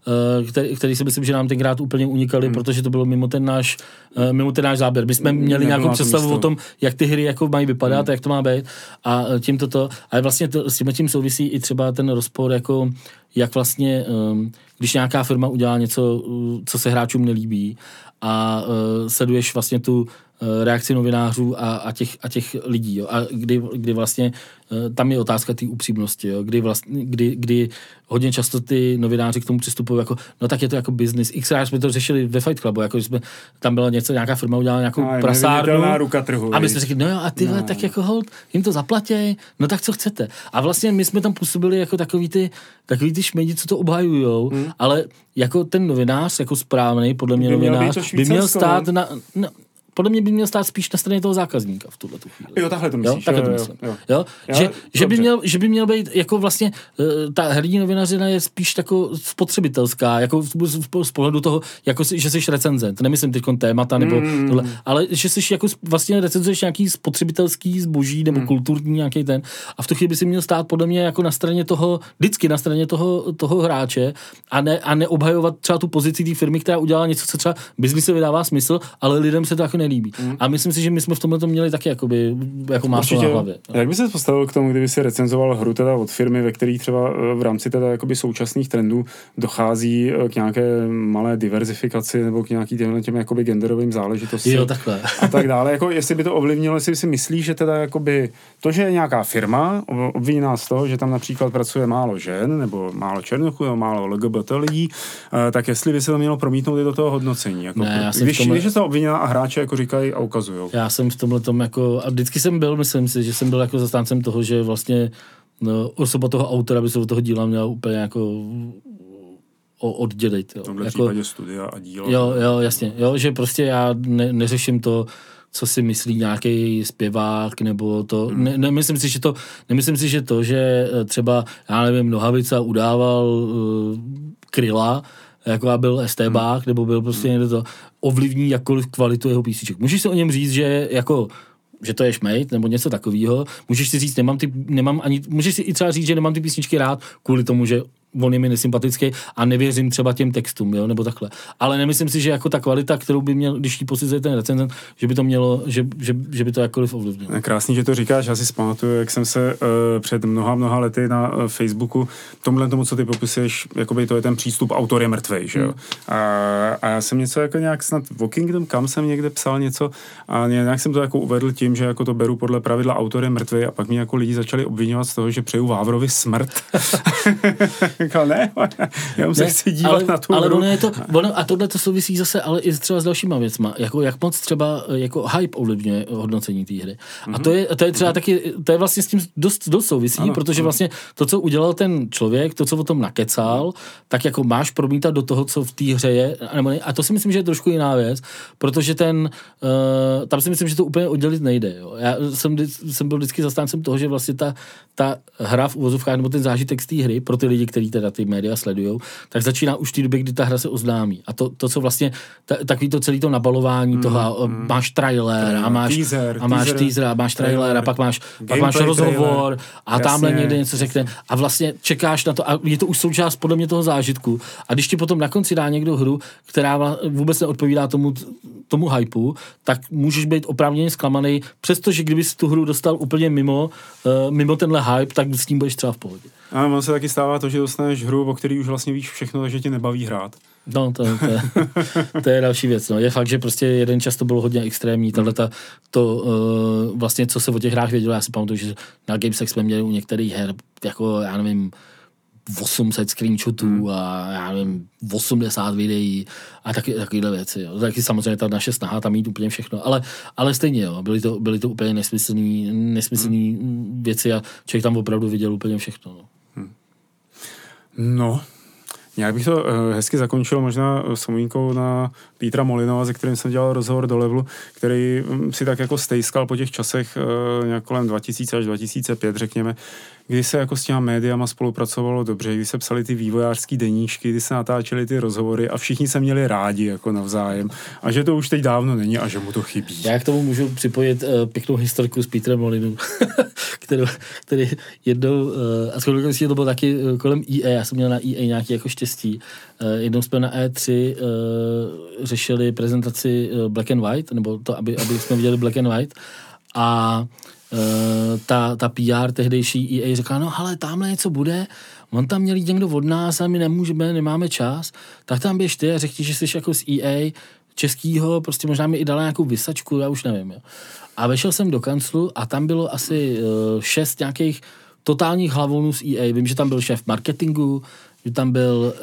který si myslím, že nám tenkrát úplně unikaly, protože to bylo mimo ten náš záběr. My jsme měli nějakou představu o tom, jak ty hry jako mají vypadat, jak to má být a tím toto. Ale vlastně s tím souvisí i třeba ten rozpor, jako jak vlastně, když nějaká firma udělá něco, co se hráčům nelíbí a sleduješ vlastně tu reakci novinářů a těch lidí, jo. A kdy vlastně tam je otázka té upřímnosti, jo. Kdy hodně často ty novináři k tomu přistupují jako, no tak je to jako business. Xkrát jsme to řešili ve Fight Clubu, jako jsme, tam byla nějaká firma udělala nějakou prasárnu ruka trhu, a my jsme řekli, no jo, a tyhle, tak jako hold, jim to zaplatí, no tak co chcete. A vlastně my jsme tam působili jako takový ty šmejdi, co to obhajujou, ale jako ten novinář, jako správnej, podle mě novinář, by měl stát podle mě by měl stát spíš na straně toho zákazníka v tuhle chvíli. Jo, takhle to myslíš. Takhle to myslím. Jo? Že by měl být jako vlastně ta herní novinařina je spíš jako spotřebitelská, jako z pohledu toho, jako že jsi recenzent. Nemyslím teď témata nebo tohle, ale že jsi jako vlastně recenzuješ nějaký spotřebitelský zboží nebo kulturní nějaký ten. A v tu chvíli by si měl stát podle mě jako na straně toho, vždycky na straně toho hráče a neobhajovat třeba tu pozici té firmy, která udělala něco, co třeba biznisově dává smysl, ale lidem se to jako nelíbí. A myslím si, že my jsme v tomhle to měli taky jakoby, jako máslo na hlavě. Jak by se postavil k tomu, kdyby si recenzoval hru teda od firmy, ve které třeba v rámci teda jakoby současných trendů dochází k nějaké malé diverzifikaci nebo k nějakým těm jakoby genderovým záležitostem. Jo, takhle. A tak dále. Jako jestli by to ovlivnilo, jestli si myslíš, že teda jakoby to, že je nějaká firma obviněná z toho, že tam například pracuje málo žen nebo málo černochů nebo málo LGBT lidí, tak jestli by se to mělo promítnout i do toho hodnocení. Jako, ne, když je to obviněná a hráči jako říkají a ukazujou. Já jsem v tomhletom jako, a vždycky jsem byl, myslím si, že jsem byl jako zastáncem toho, že vlastně osoba toho autora by se do toho díla měla úplně jako oddělit. V tomhle jako, případě studia a dílo. Jo, jasně. Jo, že prostě já neřeším to, co si myslí nějaký zpěvák, nebo to, nemyslím si, že to, že třeba, já nevím, Nohavica udával Kryla, jako já byl STBák, nebo byl prostě někdo to, ovlivní jakkoliv kvalitu jeho písniček. Můžeš si o něm říct, že jako že to je šmejt, nebo něco takového. Můžeš si říct, můžeš si i třeba říct, že nemám ty písničky rád, kvůli tomu, že on je mi nesympatický a nevěřím třeba těm textům, jo, nebo takhle. Ale nemyslím si, že jako ta kvalita, kterou by měl, když ji posuzuje ten recenzent, že by to mělo, že by to jakkoliv ovlivnilo. Krásný, že to říkáš, já si pamatuju, jak jsem se před mnoha lety na Facebooku tomhle tomu, co ty popisuješ, jakoby to je ten přístup, autor je mrtvej, že jo. A já jsem něco jako nějak snad o Kingdom Come jsem někde psal něco a nějak jsem to jako uvedl tím, že jako to beru podle pravidla autor je mrtvej a pak mě jako lidi začali obvinovat z toho, že přeju Vávrovi smrt. Ne, já se chci dívat na tu hru. A tohle to souvisí zase, ale i třeba s dalšíma věcma, jako jak moc třeba jako hype ovlivňuje hodnocení té hry. A to je třeba taky, to je vlastně s tím dost souvisí, protože vlastně to, co udělal ten člověk, to, co o tom nakecal, tak jako máš promítat do toho, co v té hře je, nebo ne, a to si myslím, že je trošku jiná věc, protože tam si myslím, že to úplně oddělit nejde. Jo. Já jsem byl vždycky zastáncem toho, že vlastně ta hra v uvozovkách, nebo ten zážitek z té hry pro ty lidi, kteří teda ty média sledujou, tak začíná už v té době, kdy ta hra se oznámí. A to co vlastně, takový to celý to nabalování toho, máš trailer a máš teaser a máš trailer a pak máš rozhovor a tamhle někde něco řekne a vlastně čekáš na to a je to už součást podle mě toho zážitku. A když ti potom na konci dá někdo hru, která vůbec neodpovídá tomu hypeu, tak můžeš být oprávněně zklamaný, přestože kdybys tu hru dostal úplně mimo tenhle hype, tak s tím budeš třeba v pohodě. A ono se taky stává to, že dostaneš hru, o který už vlastně víš všechno, takže tě nebaví hrát. No, to je další věc. No. Je fakt, že prostě jeden čas to bylo hodně extrémní. Vlastně, co se o těch hrách vědělo, já si pamatuju, že na Gamesech jsme měli u některých her, jako, já nevím, 800 screenshotů a já nevím, 80 videí a takovýhle věci. Jo. Taky samozřejmě ta naše snaha tam mít úplně všechno, ale stejně, jo, byly to úplně nesmyslný věci a člověk tam opravdu viděl úplně všechno. No. No, nějak bych to hezky zakončil možná vzpomínkou na Petra Molinova, se kterým jsem dělal rozhovor do Levelu, který si tak jako stejskal po těch časech nějak kolem 2000 až 2005, řekněme, kdy se jako s těma médiama spolupracovalo dobře, kdy se psali ty vývojářský deníčky, kdy se natáčely ty rozhovory a všichni se měli rádi jako navzájem a že to už teď dávno není a že mu to chybí. Já k tomu můžu připojit pěknou historku s Petrem Molinem, který jednou, a skoro to bylo taky kolem EA, já jsem měl na EA nějaký jako štěstí. Jednou jsme na E3 řešili prezentaci Black and White, nebo to, aby jsme viděli Black and White a ta PR tehdejší EA řekla, no hele, tamhle něco bude, on tam měl jít někdo od nás a my nemáme čas, tak tam běž ty a řekni, že jsi jako z EA českýho, prostě možná mi i dala nějakou vysačku, já už nevím. Jo. A vešel jsem do kanclu a tam bylo asi 6 nějakých totálních hlavounů z EA. Vím, že tam byl šéf marketingu, že tam byl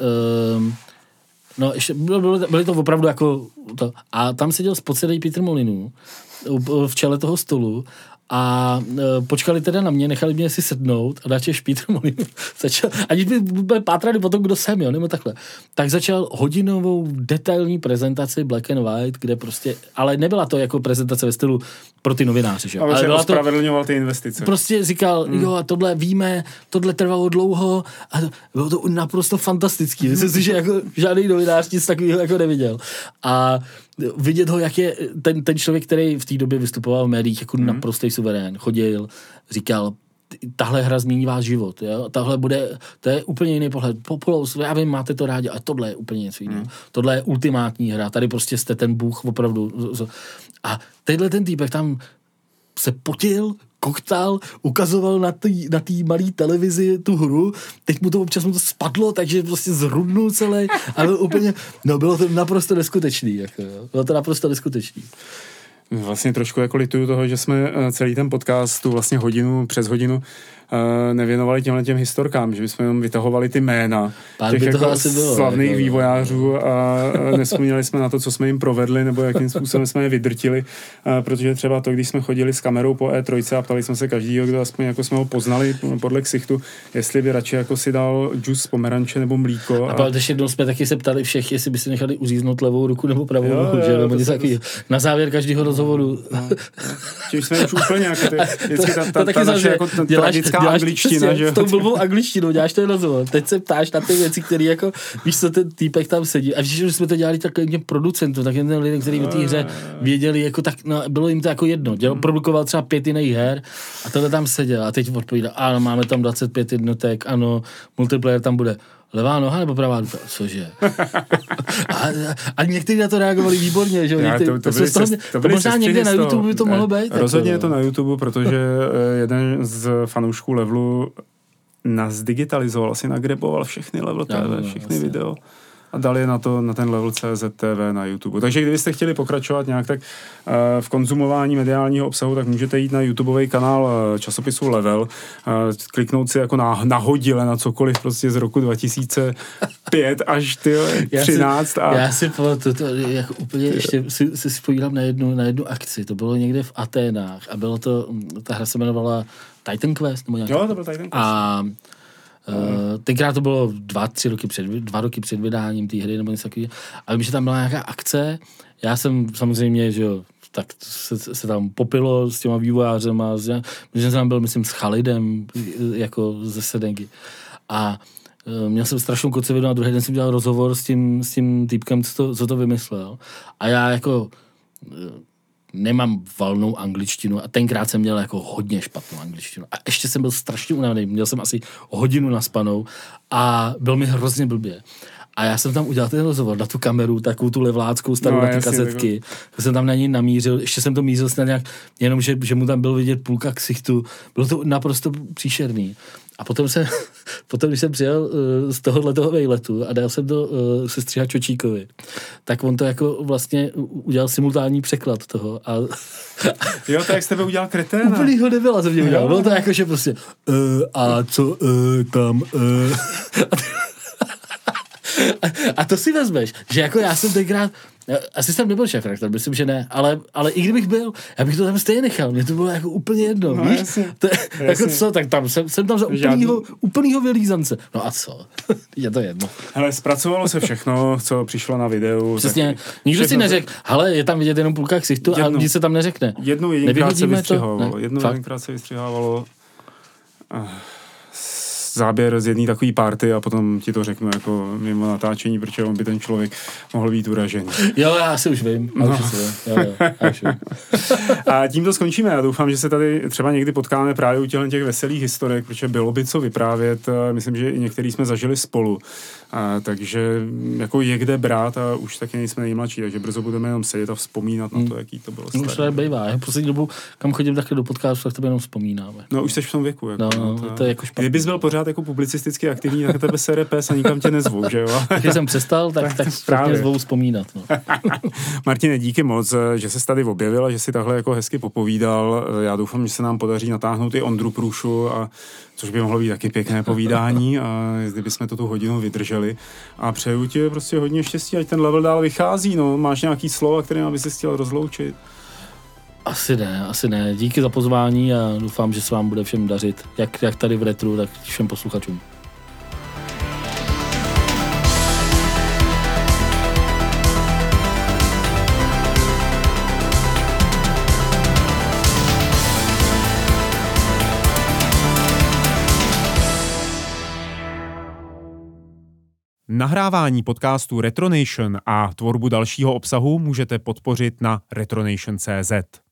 no, ještě byly to opravdu jako to. A tam seděl spocenej Peter Molyneux v čele toho stolu a počkali teda na mě, nechali mě si sednout a načež Peter Molyneux začal, aniž by pátrali po tom, kdo jsem, jo, nebo takhle. Tak začal hodinovou detailní prezentaci Black and White, kde prostě, ale nebyla to jako prezentace ve stylu pro ty novináře, že jo. Ale byla ospravedlňoval ty investice. Prostě říkal, jo, a tohle víme, tohle trvalo dlouho a bylo to naprosto fantastický. Myslím si, že jako žádný novinář nic takového jako neviděl. A vidět ho, jak je ten člověk, který v té době vystupoval v médiích jako naprostý suverén, chodil, říkal, tahle hra změní váš život, jo? To je úplně jiný pohled. Populous, já vím, máte to rádi, ale tohle je úplně něco jiného. Tohle je ultimátní hra, tady prostě jste ten bůh opravdu. A tenhle ten týpek tam se potil, koktal, ukazoval na té malé televizi tu hru, teď mu to občas spadlo, takže prostě zrudnul celý a byl úplně, no bylo to naprosto neskutečný, jako, jo. Bylo to naprosto neskutečný. Vlastně trošku jako lituju toho, že jsme celý ten podcast, tu vlastně přes hodinu nevěnovali těm historkám, že bychom jenom vytahovali ty jména těch jako slavných vývojářů a nespomínali jsme na to, co jsme jim provedli nebo jakým způsobem jsme je vydrtili, protože třeba to, když jsme chodili s kamerou po E3 a ptali jsme se každýho, kdo aspoň jako jsme ho poznali podle ksichtu, jestli by radši jako si dal džus z pomeranče nebo mlíko. A pak ještě jednou jsme taky se ptali všech, jestli by si nechali uříznout levou ruku nebo pravou ruku, že? Nebo na závěr každého rozhovoru. Čiž jsme už úplně jako vždycky ta naše jako tragická angličtina, že? S tou blbou angličtinou děláš ten rozhovor. Teď se ptáš na ty věci, které jako, víš co, ten týpek tam sedí. A víš, že jsme to dělali takovým producentům, takovým ten lidem, kteří o té hře věděli, jako tak, no, bylo jim to jako jedno. Produkoval třeba 5 jiných her a tohle tam seděl a teď odpovídá, ano, máme tam 25 jednotek, ano, multiplayer tam bude. Levá noha nebo pravá ruka? Cože? A někteří na to reagovali výborně, že jo? To možná někde na YouTube by to mohlo být. Rozhodně je to na YouTube, protože jeden z fanoušků Levelu nás digitalizoval, asi nagreboval všechny Level TV, všechny video a dal je na ten Level CZ TV na YouTube. Takže kdybyste chtěli pokračovat nějak tak v konzumování mediálního obsahu, tak můžete jít na YouTubeový kanál časopisu Level, kliknout si jako nahodile na cokoliv prostě z roku 2005 až 13. Já si jako úplně ještě si vzpomínám na jednu akci. To bylo někde v Aténách a bylo to, ta hra se jmenovala Titan Quest. Nebo jo, to byl Titan Quest. A tenkrát to bylo 2 roky před vydáním té hry nebo něco takového. A vím, že tam byla nějaká akce. Já jsem samozřejmě, že jo, tak se tam popilo s těma vývojářema, že jsem tam byl, myslím, s Khalidem, jako ze Sedengy. A měl jsem strašnou kocovinu a druhý den jsem dělal rozhovor s tím týpkem, co to vymyslel. A já jako nemám valnou angličtinu a tenkrát jsem měl jako hodně špatnou angličtinu. A ještě jsem byl strašně unavený, měl jsem asi hodinu naspanou a byl mi hrozně blbě. A já jsem tam udělal ten rozhovor na tu kameru, takovou tu levláckou starou na ty kazetky. To jsem tam na něj namířil, ještě jsem to mířil snad nějak, jenom, že mu tam byl vidět půlka ksichtu. Bylo to naprosto příšerný. A potom, když jsem přijel z tohohletoho vejletu a dal jsem to sestříhat Čočíkovi, tak on to jako vlastně udělal simultánní překlad toho. A jo, tak jak jste udělal kreténa. Úplnýho nebyla jsem mě udělal. Bylo to jako, že prostě a co tam a to si vezmeš, že jako já jsem tenkrát, asi jsem nebyl šéfredaktor, myslím, že ne, ale i kdybych byl, já bych to tam stejně nechal, mě to bylo jako úplně jedno, no, víš? Jasně. Jako co, tak tam jsem tam za úplnýho vylízance. No a co? Je to jedno. Hele, zpracovalo se všechno, co přišlo na videu. Přesně, nikdo si neřekl, hele, je tam vidět jenom půlka ksichtu a nic se tam neřekne. Jednou jedinkrát se vystřihávalo. Záběr z jedné takové party a potom ti to řeknu jako mimo natáčení, protože on by ten člověk mohl být uražený. Jo, já si už vím. A tím to skončíme. Já doufám, že se tady třeba někdy potkáme právě u těch veselých historiek, protože bylo by co vyprávět. Myslím, že i některý jsme zažili spolu. Takže jako je kde brát a už taky nejsme nejmladší, takže brzo budeme jenom sedět a vzpomínat na to, jaký to bylo. Už to bývá. Já poslední dobu, kam chodím takhle do podcastu, tak to jenom vzpomínáme. No už jsi v tom věku. Jako, to je jako špatný. Kdybys byl pořád jako publicisticky aktivní, tak tebe sere pes a nikam tě nezvou, že jo? Když jsem přestal, tak mě zvou vzpomínat. No. Martine, díky moc, že jsi tady objevil a že jsi takhle jako hezky popovídal. Já doufám, že se nám podaří natáhnout i Ondru Průšu, což by mohlo být taky pěkné povídání a kdybychom to tu hodinu vydrželi. A přeju ti prostě hodně štěstí, ať ten level dál vychází. No, máš nějaký slova, kterým bys si chtěl rozloučit? Asi ne. Díky za pozvání a doufám, že se vám bude všem dařit. Jak tady v Retru, tak všem posluchačům. Nahrávání podcastu Retronation a tvorbu dalšího obsahu můžete podpořit na retronation.cz.